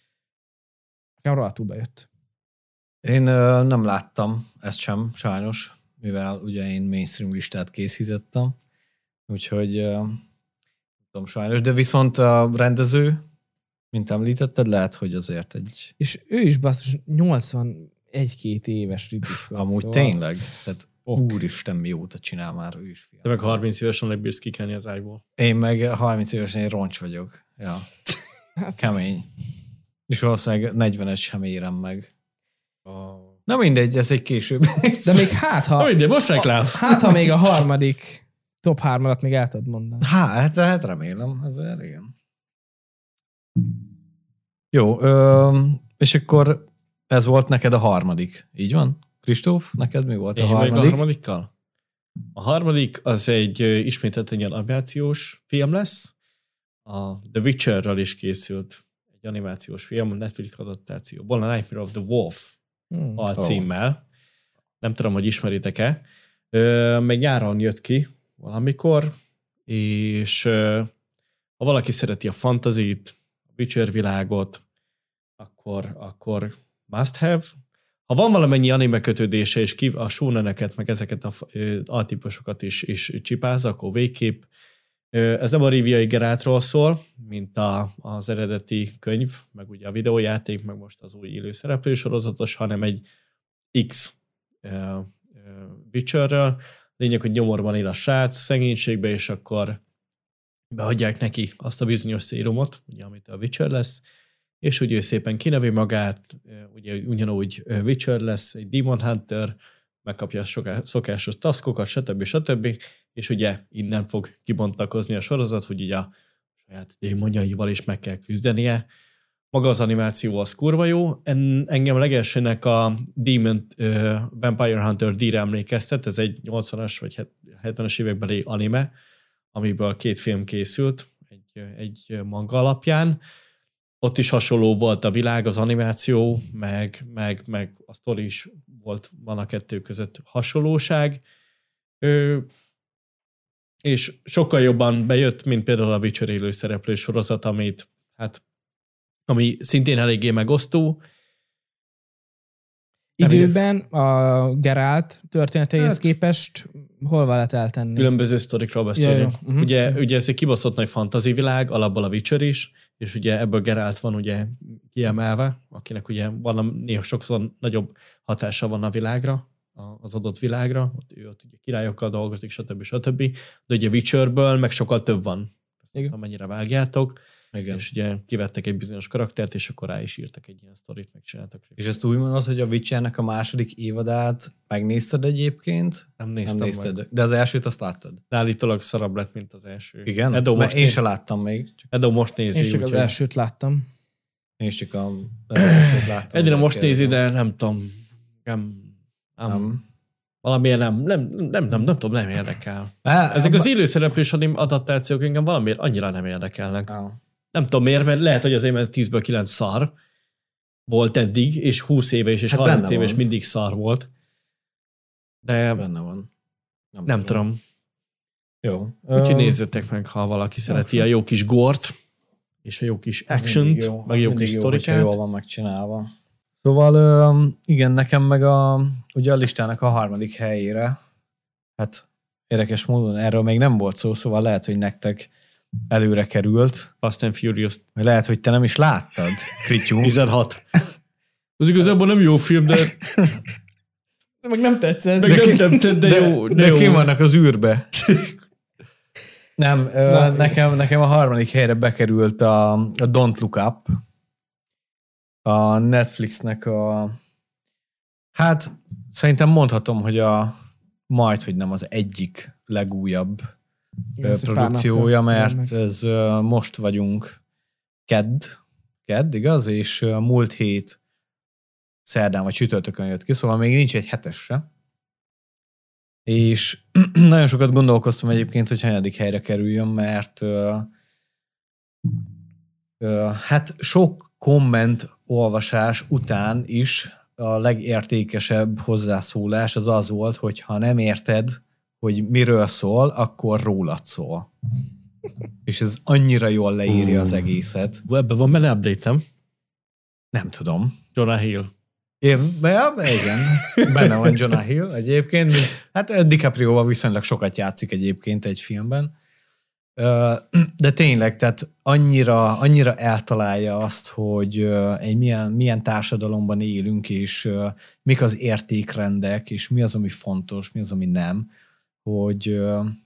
nekem rohadtul bejött. Én uh, nem láttam ezt sem, sajnos, mivel ugye én mainstream listát készítettem, úgyhogy uh, nem tudom sajnos, de viszont a rendező, mint említetted, lehet, hogy azért egy És ő is basszus nyolcvanegy-két éves Ridley Scott. amúgy szóval tényleg, tehát Ok. úristen mióta csinál már ő is Te film. meg harminc évesen lebírsz kikelni az ágyból. Én meg harminc évesen én roncs vagyok. Ja. Hát, Kemény. És valószínűleg negyvenet sem érem meg. Oh. Na mindegy, ez egy később. de még hát, ha, Oh, de most reklám. hát, ha még a harmadik top hármat még el tudod mondani. Hát, hát remélem, azért igen. Jó, ö, és akkor ez volt neked a harmadik, így van? Kristóf, neked mi volt a Én meg harmadik? a harmadikkal? A harmadik az egy ö, ismételten egy animációs film lesz. A The Witcherről is készült egy animációs film, a Netflix adaptációból, a Nightmare of the Wolf Hmm. alcímmel. Nem tudom, hogy ismeritek-e. Ö, Még nyáron jött ki valamikor, és ö, ha valaki szereti a fantazit, a Witcher világot, akkor, akkor must have. Ha van valamennyi anime kötődése, és ki a shoneneket, meg ezeket a ö, altípusokat is, is csipáz, akkor végképp. Ö, Ez nem a Riviai Geráltról szól, mint a, az eredeti könyv, meg ugye a videójáték, meg most az új élő szereplő sorozatos, hanem egy X ö, ö, Witcherről. Lényeg, hogy nyomorban él a srác, szegénységbe, és akkor beadják neki azt a bizonyos szérumot, ugye, amit a Witcher lesz, és ugye ő szépen kinevi magát, ugye ugyanúgy Witcher lesz, egy Demon Hunter, megkapja a szokásos taskokat, stb. stb. És ugye innen fog kibontakozni a sorozat, hogy ugye a saját démonjaival is meg kell küzdenie. Maga az animáció az kurva jó. En, engem legelsőnek a Demon uh, Vampire Hunter D-re emlékeztet, ez egy nyolcvanas vagy hetvenes évekbeli anime, amiből két film készült, egy, egy manga alapján. Ott is hasonló volt a világ, az animáció, meg, meg, meg a sztori is volt, van a kettő között hasonlóság. Ö, és sokkal jobban bejött, mint például a Witcher élő szereplő sorozat, amit, hát, ami szintén eléggé megosztó. Időben a Geralt történeteihez hát, képest hol lehet eltenni? Különböző sztorikról beszélünk. Ja, uh-huh. Ugye, ugye ez egy kibaszott nagy fantasy világ, alapból a Witcher is, és ugye ebből Geralt van ugye kiemelve, akinek ugye van, néha sokszor nagyobb hatása van a világra, az adott világra, ott, ő ott ugye királyokkal dolgozik, stb. stb. De ugye Witcherből meg sokkal több van. Ezt amennyire vágjátok. Igen. És ugye kivettek egy bizonyos karaktert, és akkor rá is írtak egy ilyen sztorit, megcsináltak. És ezt úgy mondod, hogy a Witchernek a második évadát megnézted egyébként? Nem néztem Nem nézted, meg. De az elsőt azt láttad? De állítólag szarabb lett, mint az első. Igen? Edo most én néz... sem láttam még. Csak... Edo most nézi. Én csak úgy, az hogy... elsőt láttam. Én is csak a, az elsőt láttam. Egyre most nézi, de nem tudom. Nem. nem. nem. Valamiért nem, nem, nem, nem, nem, nem tudom, nem érdekel. Há, Ezek az élőszereplős adaptációk engem valamiért annyira nem érdekelnek. Há. Nem tudom miért, mert lehet, hogy azért, mert tízből kilenc szar volt eddig, és húsz éve is, és hát harminc éve is mindig szar volt. De benne van. Nem, nem tudom. tudom. Jó. Úgyhogy nézzétek meg, ha valaki jó, szereti a jó kis gort, és a jó kis action-t, jó, meg jó kis sztorikát. Jól van megcsinálva. Szóval igen, nekem meg a, ugye a listának a harmadik helyére, hát érdekes módon erről még nem volt szó, szóval lehet, hogy nektek előre került. Fast and Furious. Lehet, hogy te nem is láttad, Krityú. tizenhat. Az igazából nem jó film, de... de meg nem tetszett. Meg de nem tetszett, de, de jó. De, de jó. Kim vannak az űrbe. nem, Na, ö, nekem, nekem a harmadik helyre bekerült a, a Don't Look Up. A Netflixnek a... Hát, szerintem mondhatom, hogy a majd, hogy nem az egyik legújabb igen, produkciója, mert ez most vagyunk kedd, kedd, igaz? És múlt hét szerdán vagy csütörtökön jött ki, szóval még nincs egy hetes se. És nagyon sokat gondolkoztam egyébként, hogy hanyadik helyre kerüljön, mert uh, uh, hát sok komment olvasás után is a legértékesebb hozzászólás az az volt, hogy ha nem érted, hogy miről szól, akkor rólad szól. És ez annyira jól leírja az egészet. Ebben van benne update-em? Nem tudom. Jonah Hill. Én, ja, igen, benne van Jonah Hill egyébként. Mint, hát DiCaprio-val viszonylag sokat játszik egyébként egy filmben. De tényleg, tehát annyira, annyira eltalálja azt, hogy egy milyen, milyen társadalomban élünk, és mik az értékrendek, és mi az, ami fontos, mi az, ami nem, hogy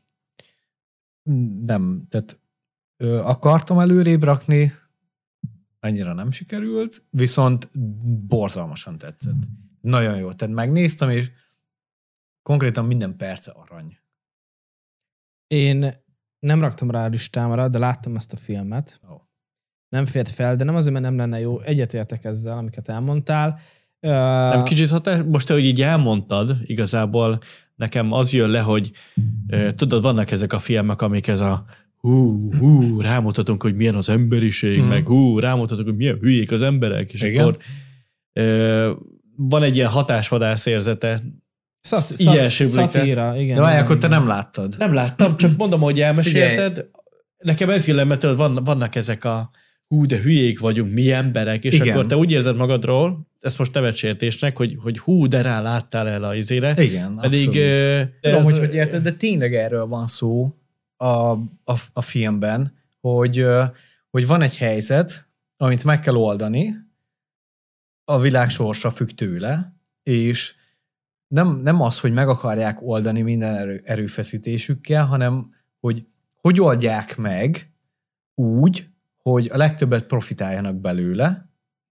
nem, tehát akartam előrébb rakni, annyira nem sikerült, viszont borzalmasan tetszett. Nagyon jó, tehát megnéztem, és konkrétan minden perce arany. Én nem raktam rá a listámra, de láttam ezt a filmet. Oh. Nem fért fel, de nem azért, mert nem lenne jó. Egyetértek ezzel, amiket elmondtál. Nem kicsit hatás? Most te, hogy így elmondtad, igazából nekem az jön le, hogy tudod, vannak ezek a filmek, amik ez a hú, hú, rámutatunk, hogy milyen az emberiség, hmm. meg hú, rámutatunk, hogy milyen hülyék az emberek, és igen? Akkor ö, van egy ilyen hatásvadász érzete. Szat, szat, szatíra, igen. De várj, akkor te nem láttad. Nem láttam, csak mondom, hogy elmesélted. Figyelj. Nekem ez jön le, mert vannak ezek a hú, de hülyék vagyunk, mi emberek, és igen. Akkor te úgy érzed magadról, ezt most nevecsértésnek, hogy, hogy hú, de rá láttál el a izére. Igen, pedig, abszolút. Tudom, hogy hogy érted, de tényleg erről van szó a, a, a filmben, hogy, hogy van egy helyzet, amit meg kell oldani, a világ sorsa függ tőle, és nem, nem az, hogy meg akarják oldani minden erő, erőfeszítésükkel, hanem hogy hogy oldják meg úgy, hogy a legtöbbet profitáljanak belőle,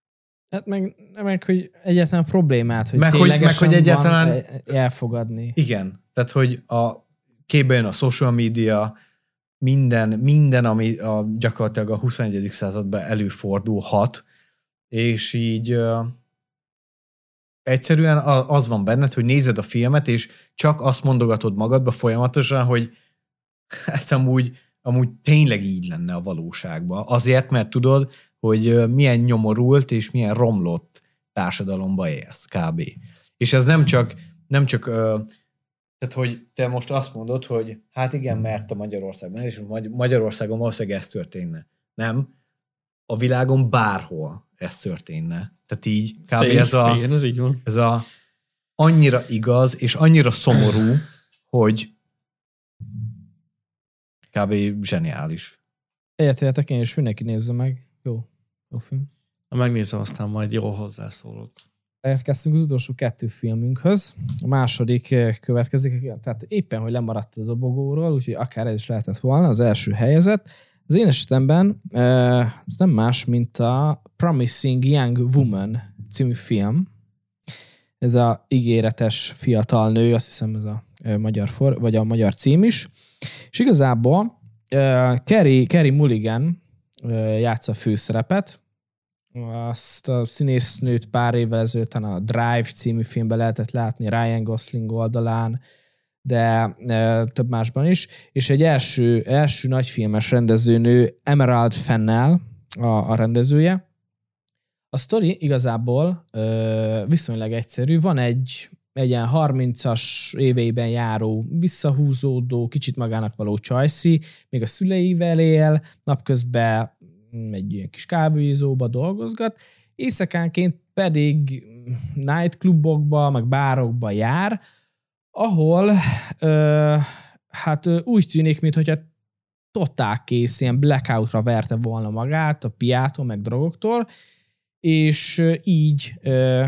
Hát meg, meg hogy egyáltalán problémát, hogy meg, ténylegesen hogy, meg, hogy egyáltalán van elfogadni. Igen, tehát hogy a képbe jön a social media, minden, minden, ami a, gyakorlatilag a huszonegyedik században előfordulhat, és így uh, egyszerűen az van benned, hogy nézed a filmet, és csak azt mondogatod magadba folyamatosan, hogy ez amúgy, amúgy tényleg így lenne a valóságban. Azért, mert tudod, hogy milyen nyomorult és milyen romlott társadalomba élsz, kb. És ez nem csak, nem csak uh, tehát, hogy te most azt mondod, hogy hát igen, mert a Magyarországban, és Magyarországon valószínűleg ez történne. Nem. A világon bárhol ez történne. Tehát így kb. ez a, igen, ez így van. ez a annyira igaz, és annyira szomorú, hogy kb. Zseniális. Egyetértek én is, mindenki nézze meg. Jó. Jó film. Ha megnézem, aztán majd jól hozzászólok. Érkeztünk az utolsó kettő filmünkhöz. A második következik, tehát éppen, hogy lemaradt a dobogóról, úgyhogy akár ez is lehetett volna, az első helyezett. Az én esetemben ez nem más, mint a Promising Young Woman című film. Ez a ígéretes fiatal nő, azt hiszem ez a magyar, for, vagy a magyar cím is. És igazából Carey, Carey Mulligan játsza a főszerepet. Azt a színésznőt pár évvel ezelőtt a Drive című filmben lehetett látni Ryan Gosling oldalán, de e, több másban is. És egy első, első nagyfilmes rendezőnő, Emerald Fennell a, a rendezője. A sztori igazából e, viszonylag egyszerű. Van egy, egy ilyen harmincas éveiben járó, visszahúzódó, kicsit magának való csajszi, még a szüleivel él, napközben egy ilyen kis kávézóba dolgozgat, éjszakánként pedig nightclubokba, meg bárokba jár, ahol ö, hát ö, úgy tűnik, mintha totál kész, ilyen blackoutra verte volna magát a piától, meg drogoktól, és ö, így ö,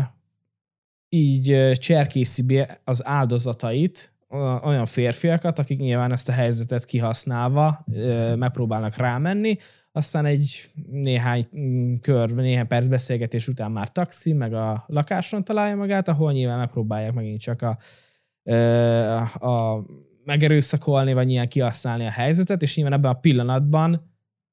így ö, cserkészi be az áldozatait, olyan férfiakat, akik nyilván ezt a helyzetet kihasználva ö, megpróbálnak rámenni, aztán egy néhány kör, néhány perc beszélgetés után már taxi, meg a lakáson találja magát, ahol nyilván megpróbálják megint csak a, a, a megerőszakolni, vagy nyilván kihasználni a helyzetet, és nyilván ebben a pillanatban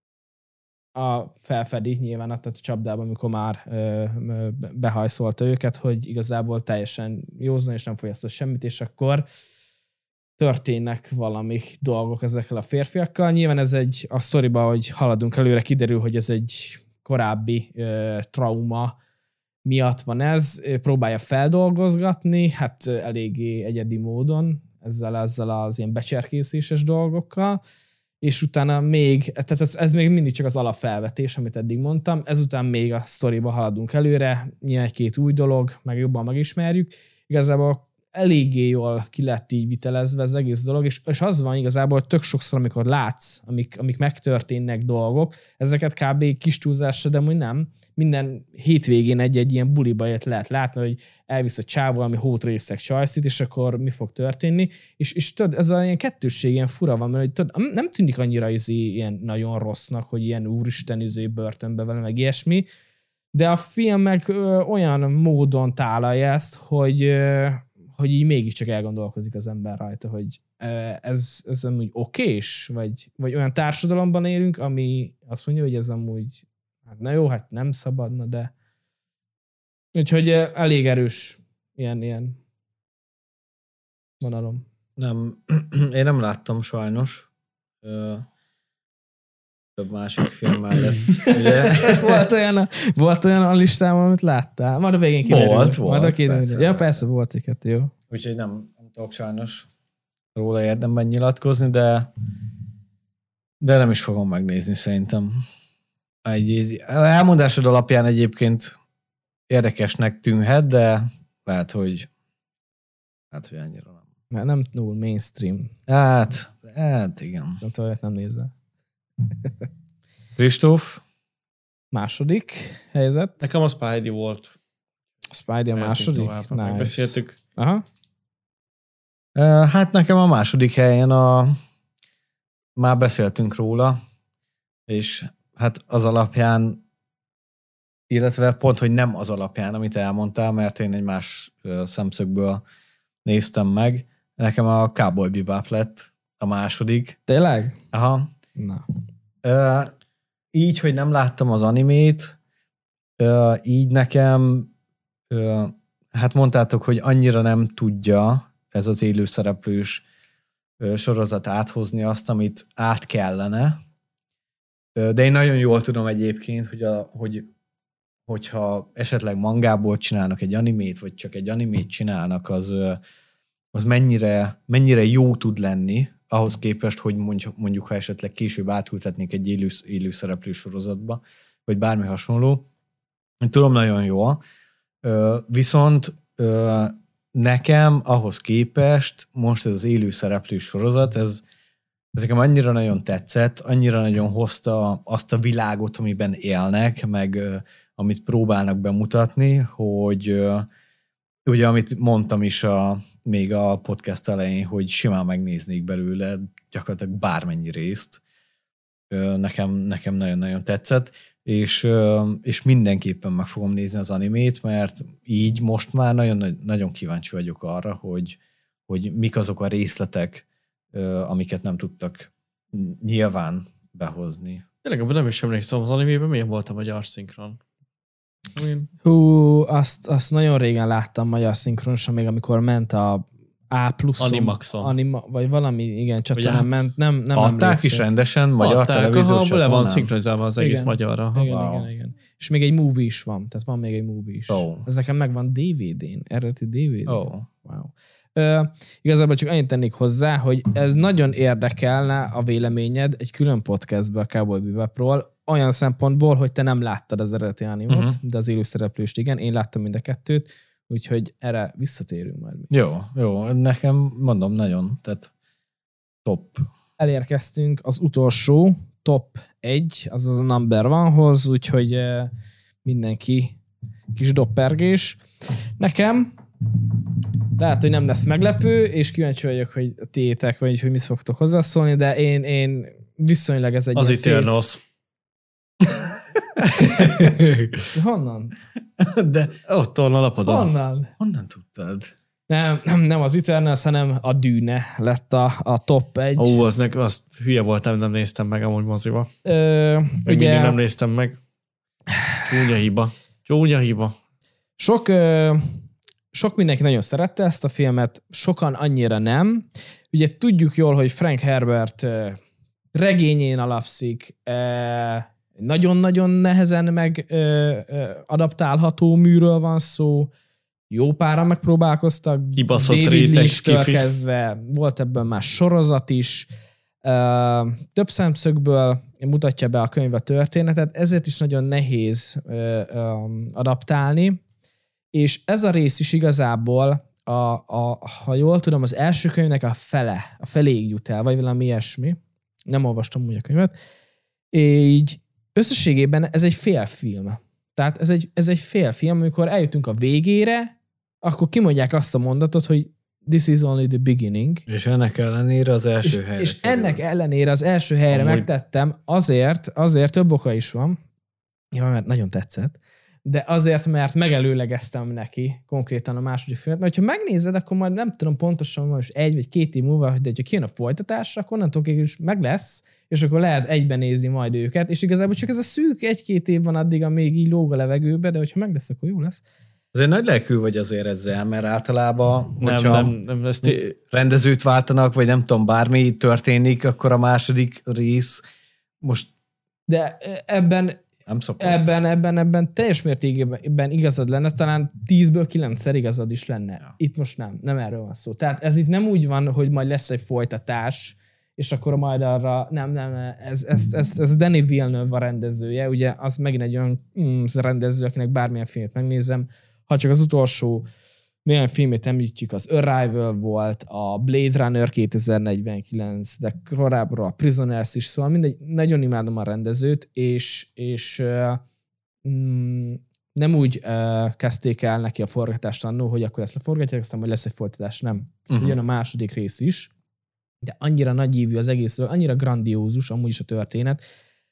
a felfedi nyilván a, a csapdában, amikor már ö, behajszolta őket, hogy igazából teljesen józan, és nem fogyasztott semmit, és akkor történnek valami dolgok ezekkel a férfiakkal. Nyilván ez egy, a sztoriban, hogy haladunk előre, kiderül, hogy ez egy korábbi ö, trauma miatt van ez. Próbálja feldolgozgatni, hát eléggé egyedi módon, ezzel, ezzel az ilyen becserkészéses dolgokkal, és utána még, tehát ez, ez még mindig csak az alapfelvetés, amit eddig mondtam, ezután még a sztoriba haladunk előre, nyilván egy-két új dolog, meg jobban megismerjük. Igazából eléggé jól ki lett így vitelezve az egész dolog, és, és az van igazából, hogy tök sokszor, amikor látsz, amik, amik megtörténnek dolgok, ezeket kb. Kis túlzásra, de úgy nem. Minden hétvégén egy-egy ilyen buliba lehet látni, hogy elvisz a csávó, ami hótrészek csajszit, és akkor mi fog történni. És, és tudod, ez a ilyen kettősség ilyen fura van, mert tudod, nem tűnik annyira izé, ilyen nagyon rossznak, hogy ilyen úristen izé börtönbe vele, meg ilyesmi, de a film meg ö, olyan módon tálalja ezt, hogy ö, hogy így mégiscsak elgondolkozik az ember rajta, hogy ez, ez amúgy okés, vagy, vagy olyan társadalomban élünk, ami azt mondja, hogy ez amúgy, hát na jó, hát nem szabadna, de úgyhogy elég erős ilyen, ilyen vonalom. Nem, én nem láttam sajnos. Több másik film mellett. volt, olyan a, volt olyan a listámon, amit láttál? Majd a végén kiderül. Volt, volt. Majd a kiderül. Persze, ja, persze, persze, volt egy jó. Úgyhogy nem, nem tudok sajnos róla érdemben nyilatkozni, de de nem is fogom megnézni szerintem. Egy elmondásod alapján egyébként érdekesnek tűnhet, de lehet, hogy hát, hogy annyira nem. Mert nem null mainstream. Hát, hát igen. Szerintem olyat nem nézel. Kristóf? Második helyzet. Nekem a Spidey volt. A Spidey a második? Nice. Megbeszéltük. Aha. Hát nekem a második helyen a... már beszéltünk róla, és hát az alapján illetve pont, hogy nem az alapján, amit elmondtál, mert én egy más szemszögből néztem meg. Nekem a Cowboy Bebop lett a második. Tényleg? Aha. Na. Uh, így, hogy nem láttam az animét, uh, így nekem uh, hát mondtátok, hogy annyira nem tudja ez az élőszereplős uh, sorozat áthozni azt, amit át kellene. Uh, de én nagyon jól tudom egyébként, hogy, a, hogy hogyha esetleg mangából csinálnak egy animét, vagy csak egy animét csinálnak, az, uh, az mennyire, mennyire jó tud lenni, ahhoz képest, hogy mondjuk, mondjuk ha esetleg később átültetnék egy élő, élő szereplő sorozatba, vagy bármi hasonló. Tudom nagyon jól. Viszont nekem ahhoz képest most ez az élő szereplő sorozat, ez, ez nekem annyira nagyon tetszett, annyira nagyon hozta azt a világot, amiben élnek, meg amit próbálnak bemutatni, hogy ugye, amit mondtam is a még a podcast elején, hogy simán megnéznék belőle gyakorlatilag bármennyi részt. Nekem, nekem nagyon-nagyon tetszett, és, és mindenképpen meg fogom nézni az animét, mert így most már nagyon, nagyon kíváncsi vagyok arra, hogy, hogy mik azok a részletek, amiket nem tudtak nyilván behozni. Tényleg abban nem is emlékszem, az animében milyen volt a magyar szinkron? Hú, azt, azt nagyon régen láttam magyar szinkronosan, még amikor ment a A pluszon. Animaxon. Anima, vagy valami, igen, csatornán ment. Nem, nem adták is rendesen magyar adták, televíziós aha, le van csatornán? szinkronizálva az egész Igen. magyarra. Igen, Wow. igen, igen. És még egy movie is van, tehát van még egy movie is. Oh. Ez nekem megvan dé vé dén, eredeti dé vé dén. Oh. Wow. Ö, igazából csak annyit tennék hozzá, hogy ez nagyon érdekelne a véleményed egy külön podcastbe a Cowboy Bebopról, olyan szempontból, hogy te nem láttad az eredeti animot, uh-huh. de az élőszereplőst igen, én láttam mind a kettőt, úgyhogy erre visszatérünk majd. Jó, jó, nekem mondom nagyon, tehát top. Elérkeztünk az utolsó top egy, azaz a number one-hoz, úgyhogy eh, mindenki kis doppergés. Nekem lehet, hogy nem lesz meglepő, és kíváncsi vagyok, hogy tiétek, vagy hogy mit fogtok hozzászólni, de én, én viszonylag ez egy... Az ilyen Eternals. szép... Honnan? De Ott van a lapodon. Honnan? honnan tudtad? Nem, nem az Eternals, hanem a Dűne lett a, a top egy. Ó, az nek, azt hülye voltam, nem néztem meg amúgy moziba. Ö, Meg ugye mindig nem néztem meg. Csúnya hiba. Csúnya hiba. sok, ö, sok mindenki nagyon szerette ezt a filmet, sokan annyira nem. Ugye tudjuk jól, hogy Frank Herbert ö, regényén alapszik, ö, nagyon-nagyon nehezen meg ö, ö, adaptálható műről van szó, jó páran megpróbálkoztak, Kibaszott David réteg Lynch-től skifi. kezdve, volt ebben már sorozat is, uh, több szemszögből mutatja be a könyv a történetet, ezért is nagyon nehéz uh, um, adaptálni, és ez a rész is igazából, a, a, ha jól tudom, az első könyvnek a fele, a feléig jut el, vagy valami ilyesmi, nem olvastam úgy a könyvet, így összességében ez egy félfilm. Tehát ez egy, ez egy félfilm, amikor eljutunk a végére, akkor kimondják azt a mondatot, hogy this is only the beginning. És ennek ellenére az első És, helyre és került. ennek ellenére az első helyre Amúgy- megtettem, azért, azért több oka is van, ja, mert nagyon tetszett, de azért, mert megelőlegeztem neki konkrétan a második filmet, mert ha megnézed, akkor majd nem tudom pontosan, most egy vagy két év múlva, de hogyha kijön a folytatás, akkor onnantól is meg lesz, és akkor lehet egyben nézni majd őket, és igazából csak ez a szűk egy-két év van addig, amíg így lóg a levegőbe, de hogyha meg lesz, akkor jó lesz. Azért nagy lelkű vagy azért ezzel, mert általában, Nem, hogyha nem, nem, ezt té- rendezőt váltanak, vagy nem tudom, bármi történik, akkor a második rész most De ebben nem szokott. Ebben, ebben, ebben teljes mértékben igazad lenne, talán tízből kilencszer igazad is lenne. Ja. Itt most nem, nem erről van szó. Tehát ez itt nem úgy van, hogy majd lesz egy folytatás, és akkor majd arra, nem, nem, ez, ez, ez, ez Denis Villeneuve a rendezője, ugye az megint egy olyan mm, rendező, akinek bármilyen filmet megnézem, ha csak az utolsó néhány filmét említjük, az Arrival volt, a Blade Runner kétezer-negyvenkilenc, de korábban a Prisoners is, szóval mindegy, nagyon imádom a rendezőt, és, és mm, nem úgy uh, kezdték el neki a forgatást annó, hogy akkor ezt leforgatják, aztán majd lesz egy folytatás, nem. Uh-huh. Jön a második rész is, de annyira nagyívű az egészről, annyira grandiózus amúgy is a történet.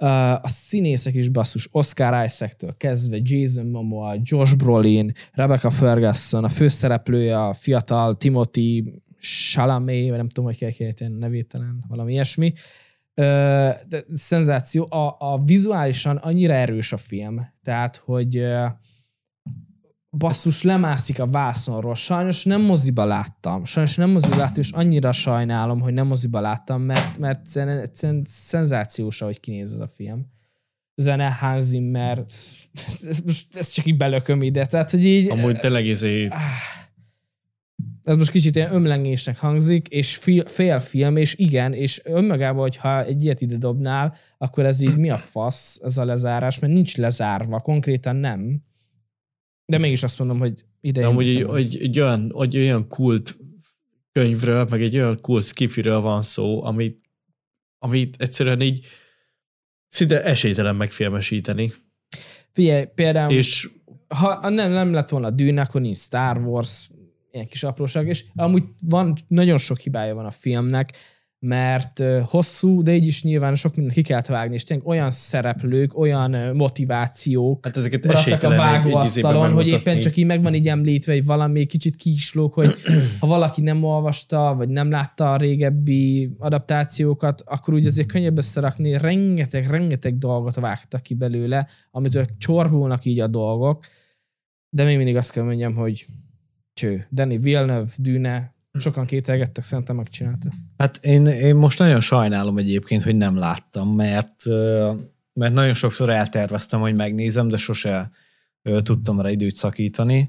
a színészek is basszus, Oscar Isaac-től kezdve, Jason Momoa, Josh Brolin, Rebecca Ferguson, a főszereplője a fiatal Timothy Chalamet, vagy nem tudom, hogy kell kérni, nevételen, valami ilyesmi. De szenzáció. A, a vizuálisan annyira erős a film, tehát, hogy basszus, lemászik a vászonról. Sajnos nem moziba láttam. Sajnos nem moziba láttam, és annyira sajnálom, hogy nem moziba láttam, mert, mert egyszerűen szenzációs, ahogy kinéz ez a film. Zene, Hans Zimmer, ezt csak így belököm ide. Tehát, hogy így... Amúgy tényleg izé... Ez most kicsit ilyen ömlengésnek hangzik, és fél film, és igen, és önmagában, hogyha egy ilyet ide dobnál, akkor ez így mi a fasz, ez a lezárás, mert nincs lezárva, konkrétan nem. De mégis azt mondom, hogy ide... Amúgy egy, egy, egy, olyan, egy olyan kult könyvről, meg egy olyan kult skifiről van szó, amit, amit egyszerűen így szinte esélytelen megfilmesíteni. Figyelj, például, és ha nem, nem lett volna Dune, akkor nincs Star Wars, ilyen kis apróság, és amúgy van, nagyon sok hibája van a filmnek, mert hosszú, de így is nyilván sok mindent ki kellett vágni, és tényleg olyan szereplők, olyan motivációk hát ezeket maradtak a vágóasztalon, hogy éppen csak így meg van így említve, hogy valami kicsit kiislók, hogy ha valaki nem olvasta, vagy nem látta a régebbi adaptációkat, akkor úgy azért könnyebb összerakni, rengeteg, rengeteg dolgot vágtak ki belőle, amitől csorbulnak így a dolgok, de még mindig azt kell mondjam, hogy cső. Denis Villeneuve, Dune, sokan kételgettek, szerintem megcsinálta. Hát én, én most nagyon sajnálom egyébként, hogy nem láttam, mert, mert nagyon sokszor elterveztem, hogy megnézem, de sose tudtam rá időt szakítani.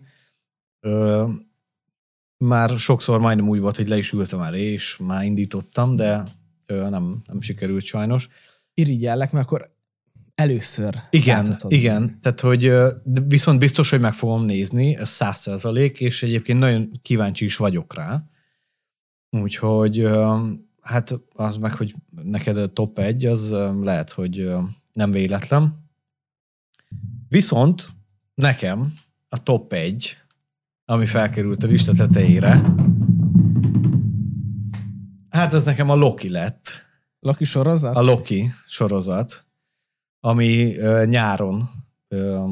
Már sokszor majdnem úgy volt, hogy le is ültem elé, és már indítottam, de nem, nem sikerült sajnos. Irigyellek, mert akkor először igen, láthatod. Igen, tehát hogy viszont biztos, hogy meg fogom nézni, ez száz százalék, és egyébként nagyon kíváncsi is vagyok rá. Úgyhogy hát az meg, hogy neked a top egy, az lehet, hogy nem véletlen. Viszont nekem a top egy, ami felkerült a lista tetejére, hát ez nekem a Loki lett. Loki sorozat? A Loki sorozat, ami uh, nyáron uh,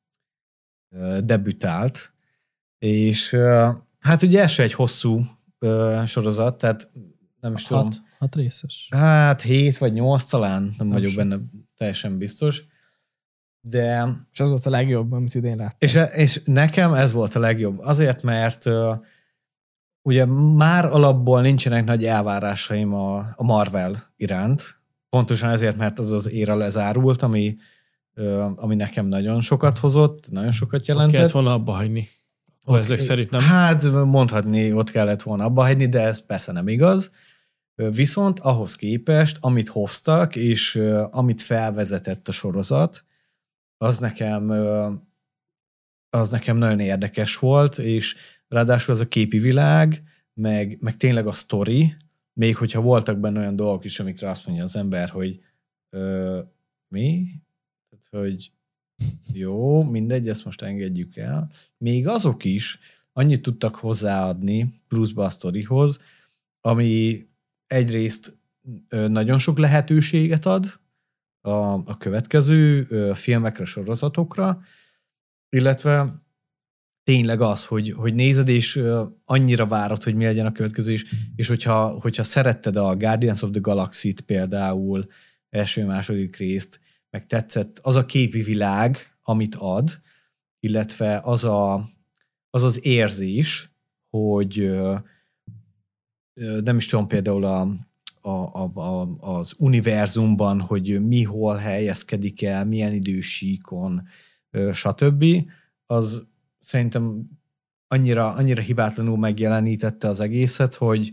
uh, debütált, és uh, hát ugye ez se egy hosszú uh, sorozat, tehát nem is hat, tudom. Hat részes. Hát hét vagy nyolc talán, nem, nem vagyok sem. benne teljesen biztos. De... És az volt a legjobb, amit idén láttam. És, és nekem ez volt a legjobb. Azért, mert uh, ugye már alapból nincsenek nagy elvárásaim a, a Marvel iránt. Pontosan ezért, mert az az éra lezárult, ami, uh, ami nekem nagyon sokat hozott, nagyon sokat jelentett. Ott kellett volna abba hagyni. Ott, ezek szerint nem. Hát mondhatni, ott kellett volna abba hagyni, de ez persze nem igaz. Viszont ahhoz képest, amit hoztak, és uh, amit felvezetett a sorozat, az nekem, uh, az nekem nagyon érdekes volt, és ráadásul az a képi világ, meg, meg tényleg a sztori, még hogyha voltak benne olyan dolgok is, amikre azt mondja az ember, hogy ö, mi? Tehát, hogy jó, mindegy, ezt most engedjük el. Még azok is annyit tudtak hozzáadni pluszba a sztorihoz, ami egyrészt ö, nagyon sok lehetőséget ad a, a következő ö, filmekre, sorozatokra, illetve tényleg az, hogy, hogy nézed, és uh, annyira várod, hogy mi legyen a következő is, és hogyha, hogyha szeretted a Guardians of the Galaxy-t például, első-második részt, meg tetszett az a képi világ, amit ad, illetve az a, az, az érzés, hogy uh, nem is tudom, például a, a, a, a, az univerzumban, hogy mi hol helyezkedik el, milyen idősíkon, uh, stb., az szerintem annyira, annyira hibátlanul megjelenítette az egészet, hogy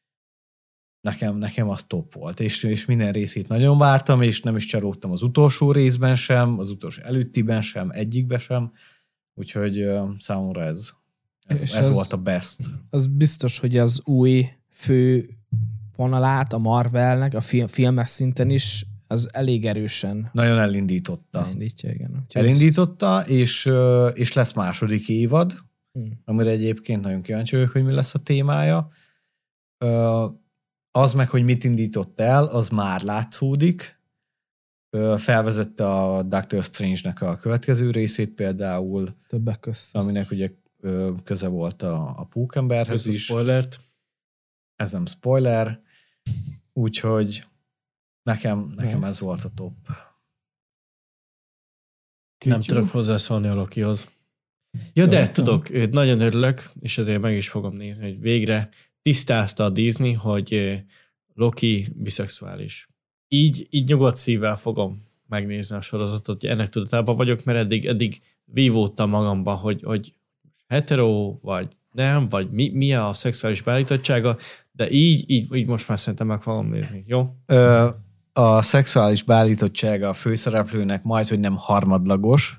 nekem, nekem az top volt, és, és minden részét nagyon vártam, és nem is csalódtam az utolsó részben sem, az utolsó előttiben sem, egyikben sem, úgyhogy uh, számomra ez, ez, ez az, volt a best. Az biztos, hogy az új fő vonalát a Marvelnek, a film, filmes szinten is, az elég erősen nagyon elindította. Elindítja, igen. Úgyhogy elindította, ez... és, és lesz második évad, hmm. amire egyébként nagyon kíváncsi vagyok, hogy mi lesz a témája. Az meg, hogy mit indított el, az már látszódik. felvezette a Doctor Strange-nek a következő részét például. Többek közt. Aminek ugye köze volt a, a Pókemberhez is. Spoilert. Ez nem spoiler. Úgyhogy nekem, nekem ez volt a top. Nem tudok hozzászólni a Lokihoz. Ja, de tudok, nagyon örülök, és ezért meg is fogom nézni, hogy végre tisztázta a Disney, hogy Loki biszexuális. Így, így nyugodt szívvel fogom megnézni a sorozatot, hogy ennek tudatában vagyok, mert eddig, eddig vívódtam magamba, hogy, hogy hetero, vagy nem, vagy mi, mi a szexuális beállítottsága, de így, így, így most már szerintem meg fogom nézni, jó? Ö, a szexuális beállítottsága a főszereplőnek majd, hogy nem harmadlagos.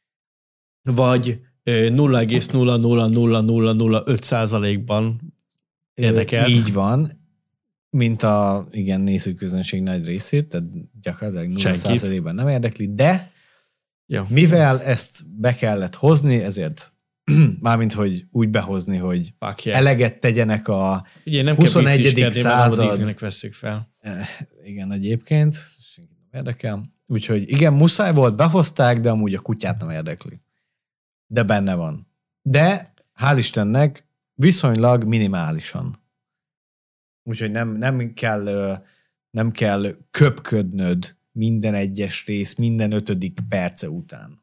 Vagy nulla egész nulla nulla nulla nulla nulla öt százalékban érdekel. Így van, mint a igen, nézőközönség nagy részét, tehát gyakorlatilag nulla százalékban nem érdekli, de ja. Mivel ezt be kellett hozni, ezért mármint, hogy úgy behozni, hogy eleget tegyenek a ugye, nem huszonegyedik század. Nem veszük fel. Igen, egyébként, senki nem érdekel. Úgyhogy igen, muszáj volt, behozták, de amúgy a kutyát nem érdekli. De benne van. De hál' Istennek viszonylag minimálisan. Úgyhogy nem, nem kell nem kell köpködnöd minden egyes rész, minden ötödik perce után.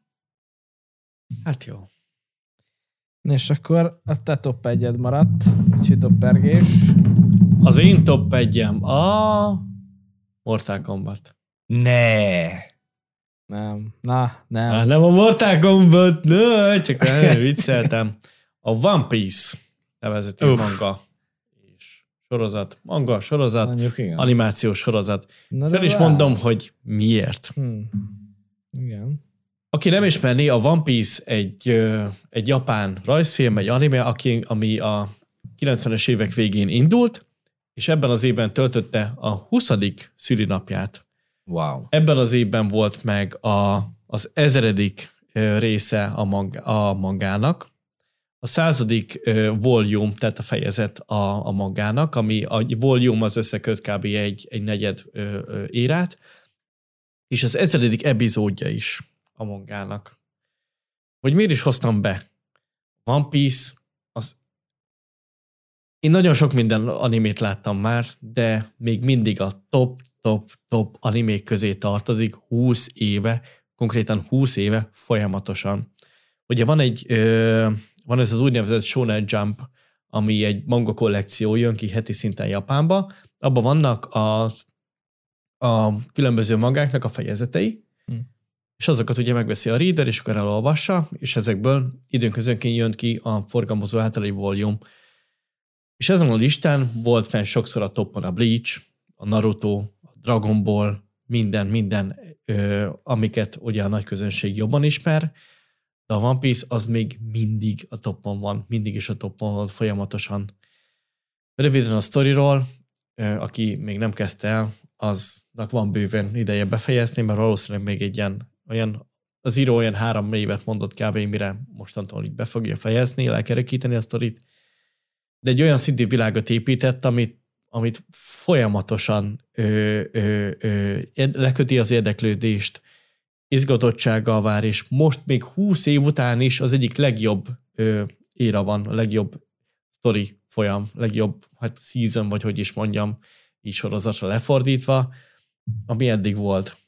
Hát jó. És akkor a te top egyed maradt, kicsit doppergés. Az én top egyem a Mortal Kombat. Ne! Nem, na, nem. Á, nem a Mortal Kombat, ne, csak nem vicceltem. A One Piece nevezetű manga és sorozat, manga, sorozat, mondjuk, igen. Animációs sorozat. Fel is mondom, hogy miért. Hmm. Igen. Aki nem ismerné, a One Piece egy, egy japán rajzfilm, egy anime, aki, ami a kilencvenes évek végén indult, és ebben az évben töltötte a huszadik szülinapját. Wow. Ebben az évben volt meg a, az ezeredik része a, manga, a mangának, a századik volume, tehát a fejezet a, a mangának, ami a volume az összeköt kb. egy, egy negyed érát, és az ezeredik epizódja is a mangának. Hogy miért is hoztam be? One Piece, az... Én nagyon sok minden animét láttam már, de még mindig a top, top, top animék közé tartozik húsz éve, konkrétan húsz éve folyamatosan. Ugye van egy, ö, van ez az úgynevezett Shonen Jump, ami egy manga kollekció, jön ki heti szinten Japánba, abban vannak a, a különböző mangáknak a fejezetei, hmm. és azokat ugye megveszi a reader, és akkor elolvassa, és ezekből időnközönként jön ki a forgalmazó általi volume. És ezen a listán volt fenn sokszor a toppon a Bleach, a Naruto, a Dragon Ball, minden, minden, ö, amiket ugye a nagy közönség jobban ismer, de a One Piece az még mindig a toppon van, mindig is a toppon van folyamatosan. Röviden a sztoriról, ö, aki még nem kezdte el, aznak van bőven ideje befejezni, mert valószínűleg még egy ilyen, olyan, az író olyan három évet mondott kb. Mire mostantól így be fogja fejezni, elkerekíteni a sztorit, de egy olyan szintű világot épített, amit, amit folyamatosan ö, ö, ö, leköti az érdeklődést, izgatottsággal vár, és most még húsz év után is az egyik legjobb ö, éra van, a legjobb sztori folyam, legjobb hát season, vagy hogy is mondjam, így sorozatra lefordítva, ami eddig volt.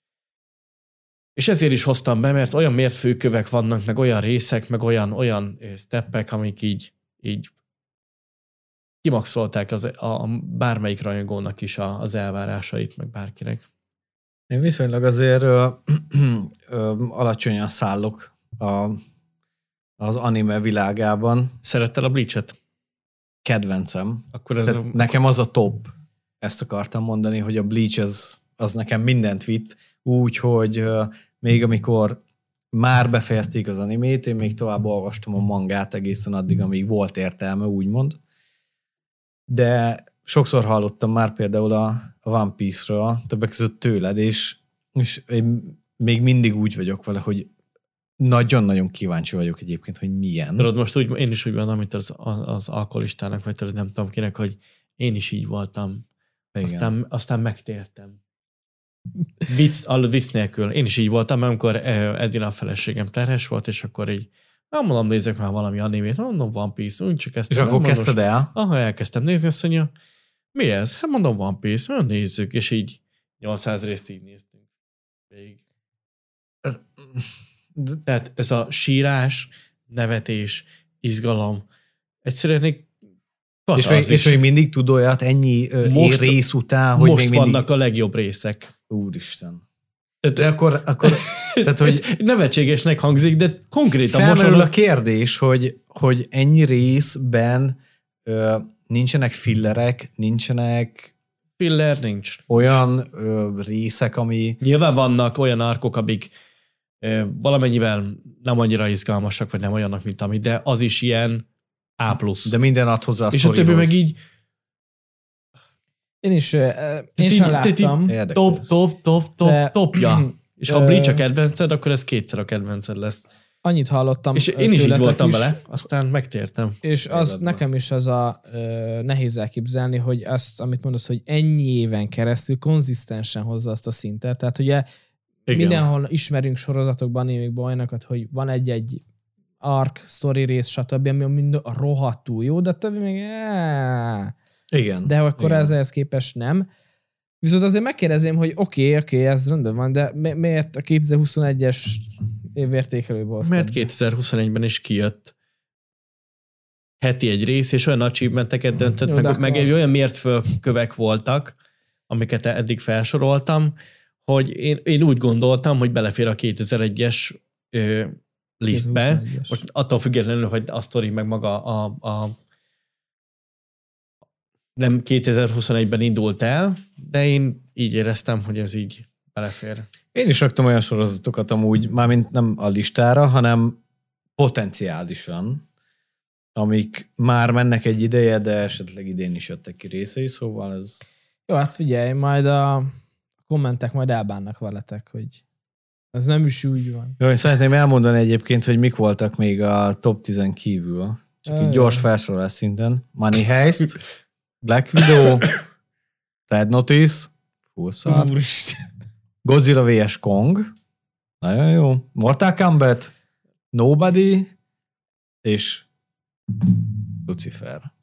És ezért is hoztam be, mert olyan mérfőkövek vannak, meg olyan részek, meg olyan, olyan steppek, amik így, így kimaxolták az, a, bármelyik rajongónak is a, az elvárásait, meg bárkinek. Én viszonylag azért ö, ö, alacsonyan szállok a, az anime világában. Szeretted a Bleach-et? Kedvencem. Akkor ez a... Nekem az a top. Ezt akartam mondani, hogy a Bleach az, az nekem mindent vitt, úgyhogy még amikor már befejezték az animét, én még tovább olvastam a mangát egészen addig, amíg volt értelme, úgymond. De sokszor hallottam már például a, a One Piece-ről, többek között tőled, és, és én még mindig úgy vagyok vele, hogy nagyon-nagyon kíváncsi vagyok egyébként, hogy milyen. Tudod, most úgy, én is úgy van, mint az, az, az alkoholistának, vagy tudod, nem tudom kinek, hogy én is így voltam. Aztán, aztán megtértem. Vicc, a vicc nélkül. Én is így voltam, amikor Edina a feleségem terhes volt, és akkor így, nem mondom, nézzek már valami animét, mondom, One Piece, úgy csak ezt. És akkor kezdted el? Aha, elkezdtem nézni, azt mondja, mi ez? Hát mondom, One Piece, mondom, nézzük, és így nyolcszáz részt így néztünk. Végig. Ez, tehát ez a sírás, nevetés, izgalom, egyszerűen egy és még, és még mindig tud olyat ennyi most, rész után, hogy most még mindig... vannak a legjobb részek. Úristen. Tehát akkor, akkor tehát, hogy nevetségesnek hangzik, de konkrétan felmerül most a kérdés, hogy, hogy ennyi részben ö, nincsenek fillerek, nincsenek filler nincs. Olyan ö, részek, ami... Nyilván vannak olyan arkok, amik ö, valamennyivel nem annyira izgalmasak, vagy nem olyanok, mint ami, de az is ilyen A plusz. De minden ad hozzá a és a többi meg így... Én is, uh, én sem láttam. Top, top, top, top, de, topja. És ha Bleach a kedvenced, akkor ez kétszer a kedvenced lesz. Annyit hallottam. És én is így voltam is, vele, aztán megtértem. És az életben. Nekem is az a uh, nehéz elképzelni, hogy azt, amit mondasz, hogy ennyi éven keresztül konzisztensen hozza azt a szintet. Tehát ugye igen. Mindenhol ismerünk sorozatokban, animékban olyanokat, hogy van egy-egy arc, story rész, stb., ami mind rohadtul jó, de többi még... Áh. Igen. De akkor igen. ezzel képest nem. Viszont azért megkérdezném, hogy oké, okay, oké, okay, ez rendben van, de mi- miért a kétezer-huszonegyes évértékelőből hoztad? Mert kétezer-huszonegyben is kijött heti egy rész, és olyan achievementeket döntött, jó, meg, meg egy olyan mértfőkövek voltak, amiket eddig felsoroltam, hogy én, én úgy gondoltam, hogy belefér a kétezer-egyes ö, listbe. kétezer-huszonegyes. Most attól függetlenül, hogy a sztori meg maga a, a nem kétezer-huszonegyben indult el, de én így éreztem, hogy ez így belefér. Én is raktam olyan sorozatokat amúgy, mármint nem a listára, hanem potenciálisan, amik már mennek egy ideje, de esetleg idén is jöttek ki részei, szóval ez... Jó, hát figyelj, majd a kommentek majd elbánnak veletek, hogy ez nem is úgy van. Jó, én szeretném elmondani egyébként, hogy mik voltak még a top tízen kívül. Csak így gyors felsorolás szinten. Money Heist, Black Widow, Red Notice, Full Godzilla versus. Kong, nagyon jó, Mortal Kombat, Nobody, és Lucifer.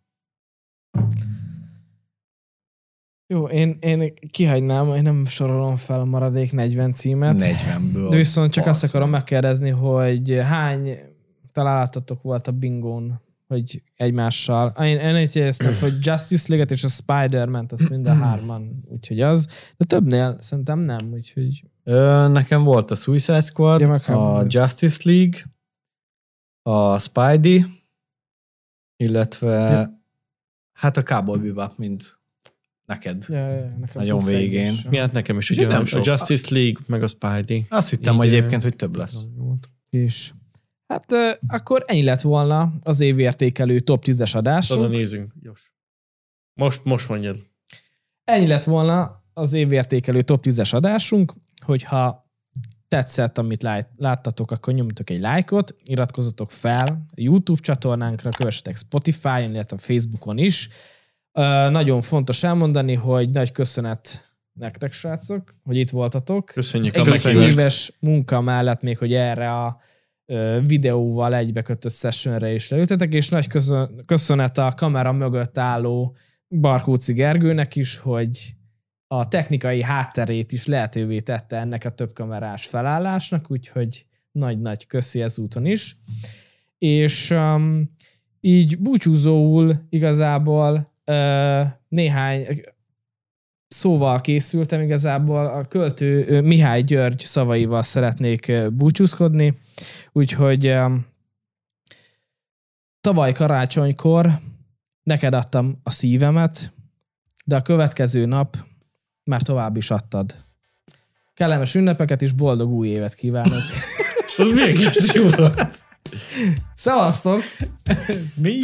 Jó, én, én kihagynám, én nem sorolom fel a maradék negyven címet. negyvenből. De viszont csak azt akarom megkérdezni, hogy hány találatok volt a bingón, hogy egymással. Én, én így éreztem, hogy Justice League-et és a Spider-Man-t, azt mind a hárman, úgyhogy az. De többnél szerintem nem, úgyhogy... Ö, nekem volt a Suicide Squad, ja, a Justice League, a Spidey, illetve ja. hát a Cowboy Bebop, mint neked. Ja, ja, nekem nagyon végén. Mi hát nekem is, ugye, nem a Justice League, meg a Spidey. Azt hittem így, egyébként, hogy több lesz. És hát uh, akkor ennyi lett volna az évértékelő top tízes adásunk. Oda nézzünk, Jos. Most, most mondjad. Ennyi lett volna az évértékelő top tízes adásunk, hogyha tetszett, amit lát, láttatok, akkor nyomjatok egy lájkot, iratkozzatok fel a YouTube csatornánkra, kövessetek Spotify-on, illetve a Facebookon is. Uh, nagyon fontos elmondani, hogy nagy köszönet nektek, srácok, hogy itt voltatok. Köszönjük az a meghívást. éves munka mellett még, hogy erre a uh, videóval egybekötött sessionre is leültetek, és nagy köszönet a kamera mögött álló Barkóci Gergőnek is, hogy a technikai hátterét is lehetővé tette ennek a több kamerás felállásnak, úgyhogy nagy-nagy köszi ezúton is. És um, így búcsúzóul igazából uh, néhány szóval készültem, igazából a költő uh, Mihály György szavaival szeretnék uh, búcsúzkodni, úgyhogy um, tavaly karácsonykor neked adtam a szívemet, de a következő nap már tovább is adtad. Kellemes ünnepeket és boldog új évet kívánok. Az mégis jó. Szevasztok! Mi?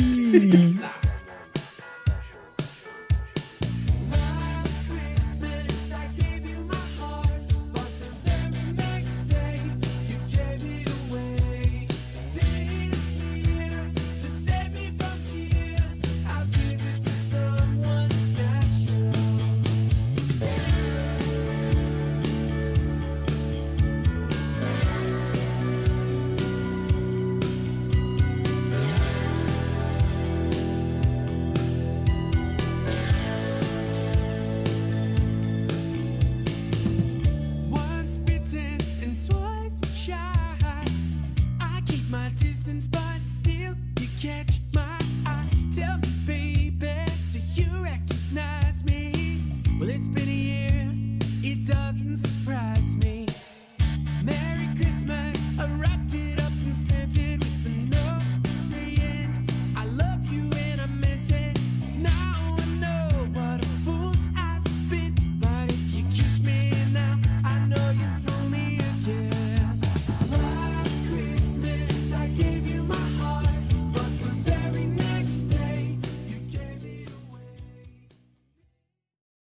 catch my eye. Tell me, baby, do you recognize me? Well, it's been a year, it doesn't surprise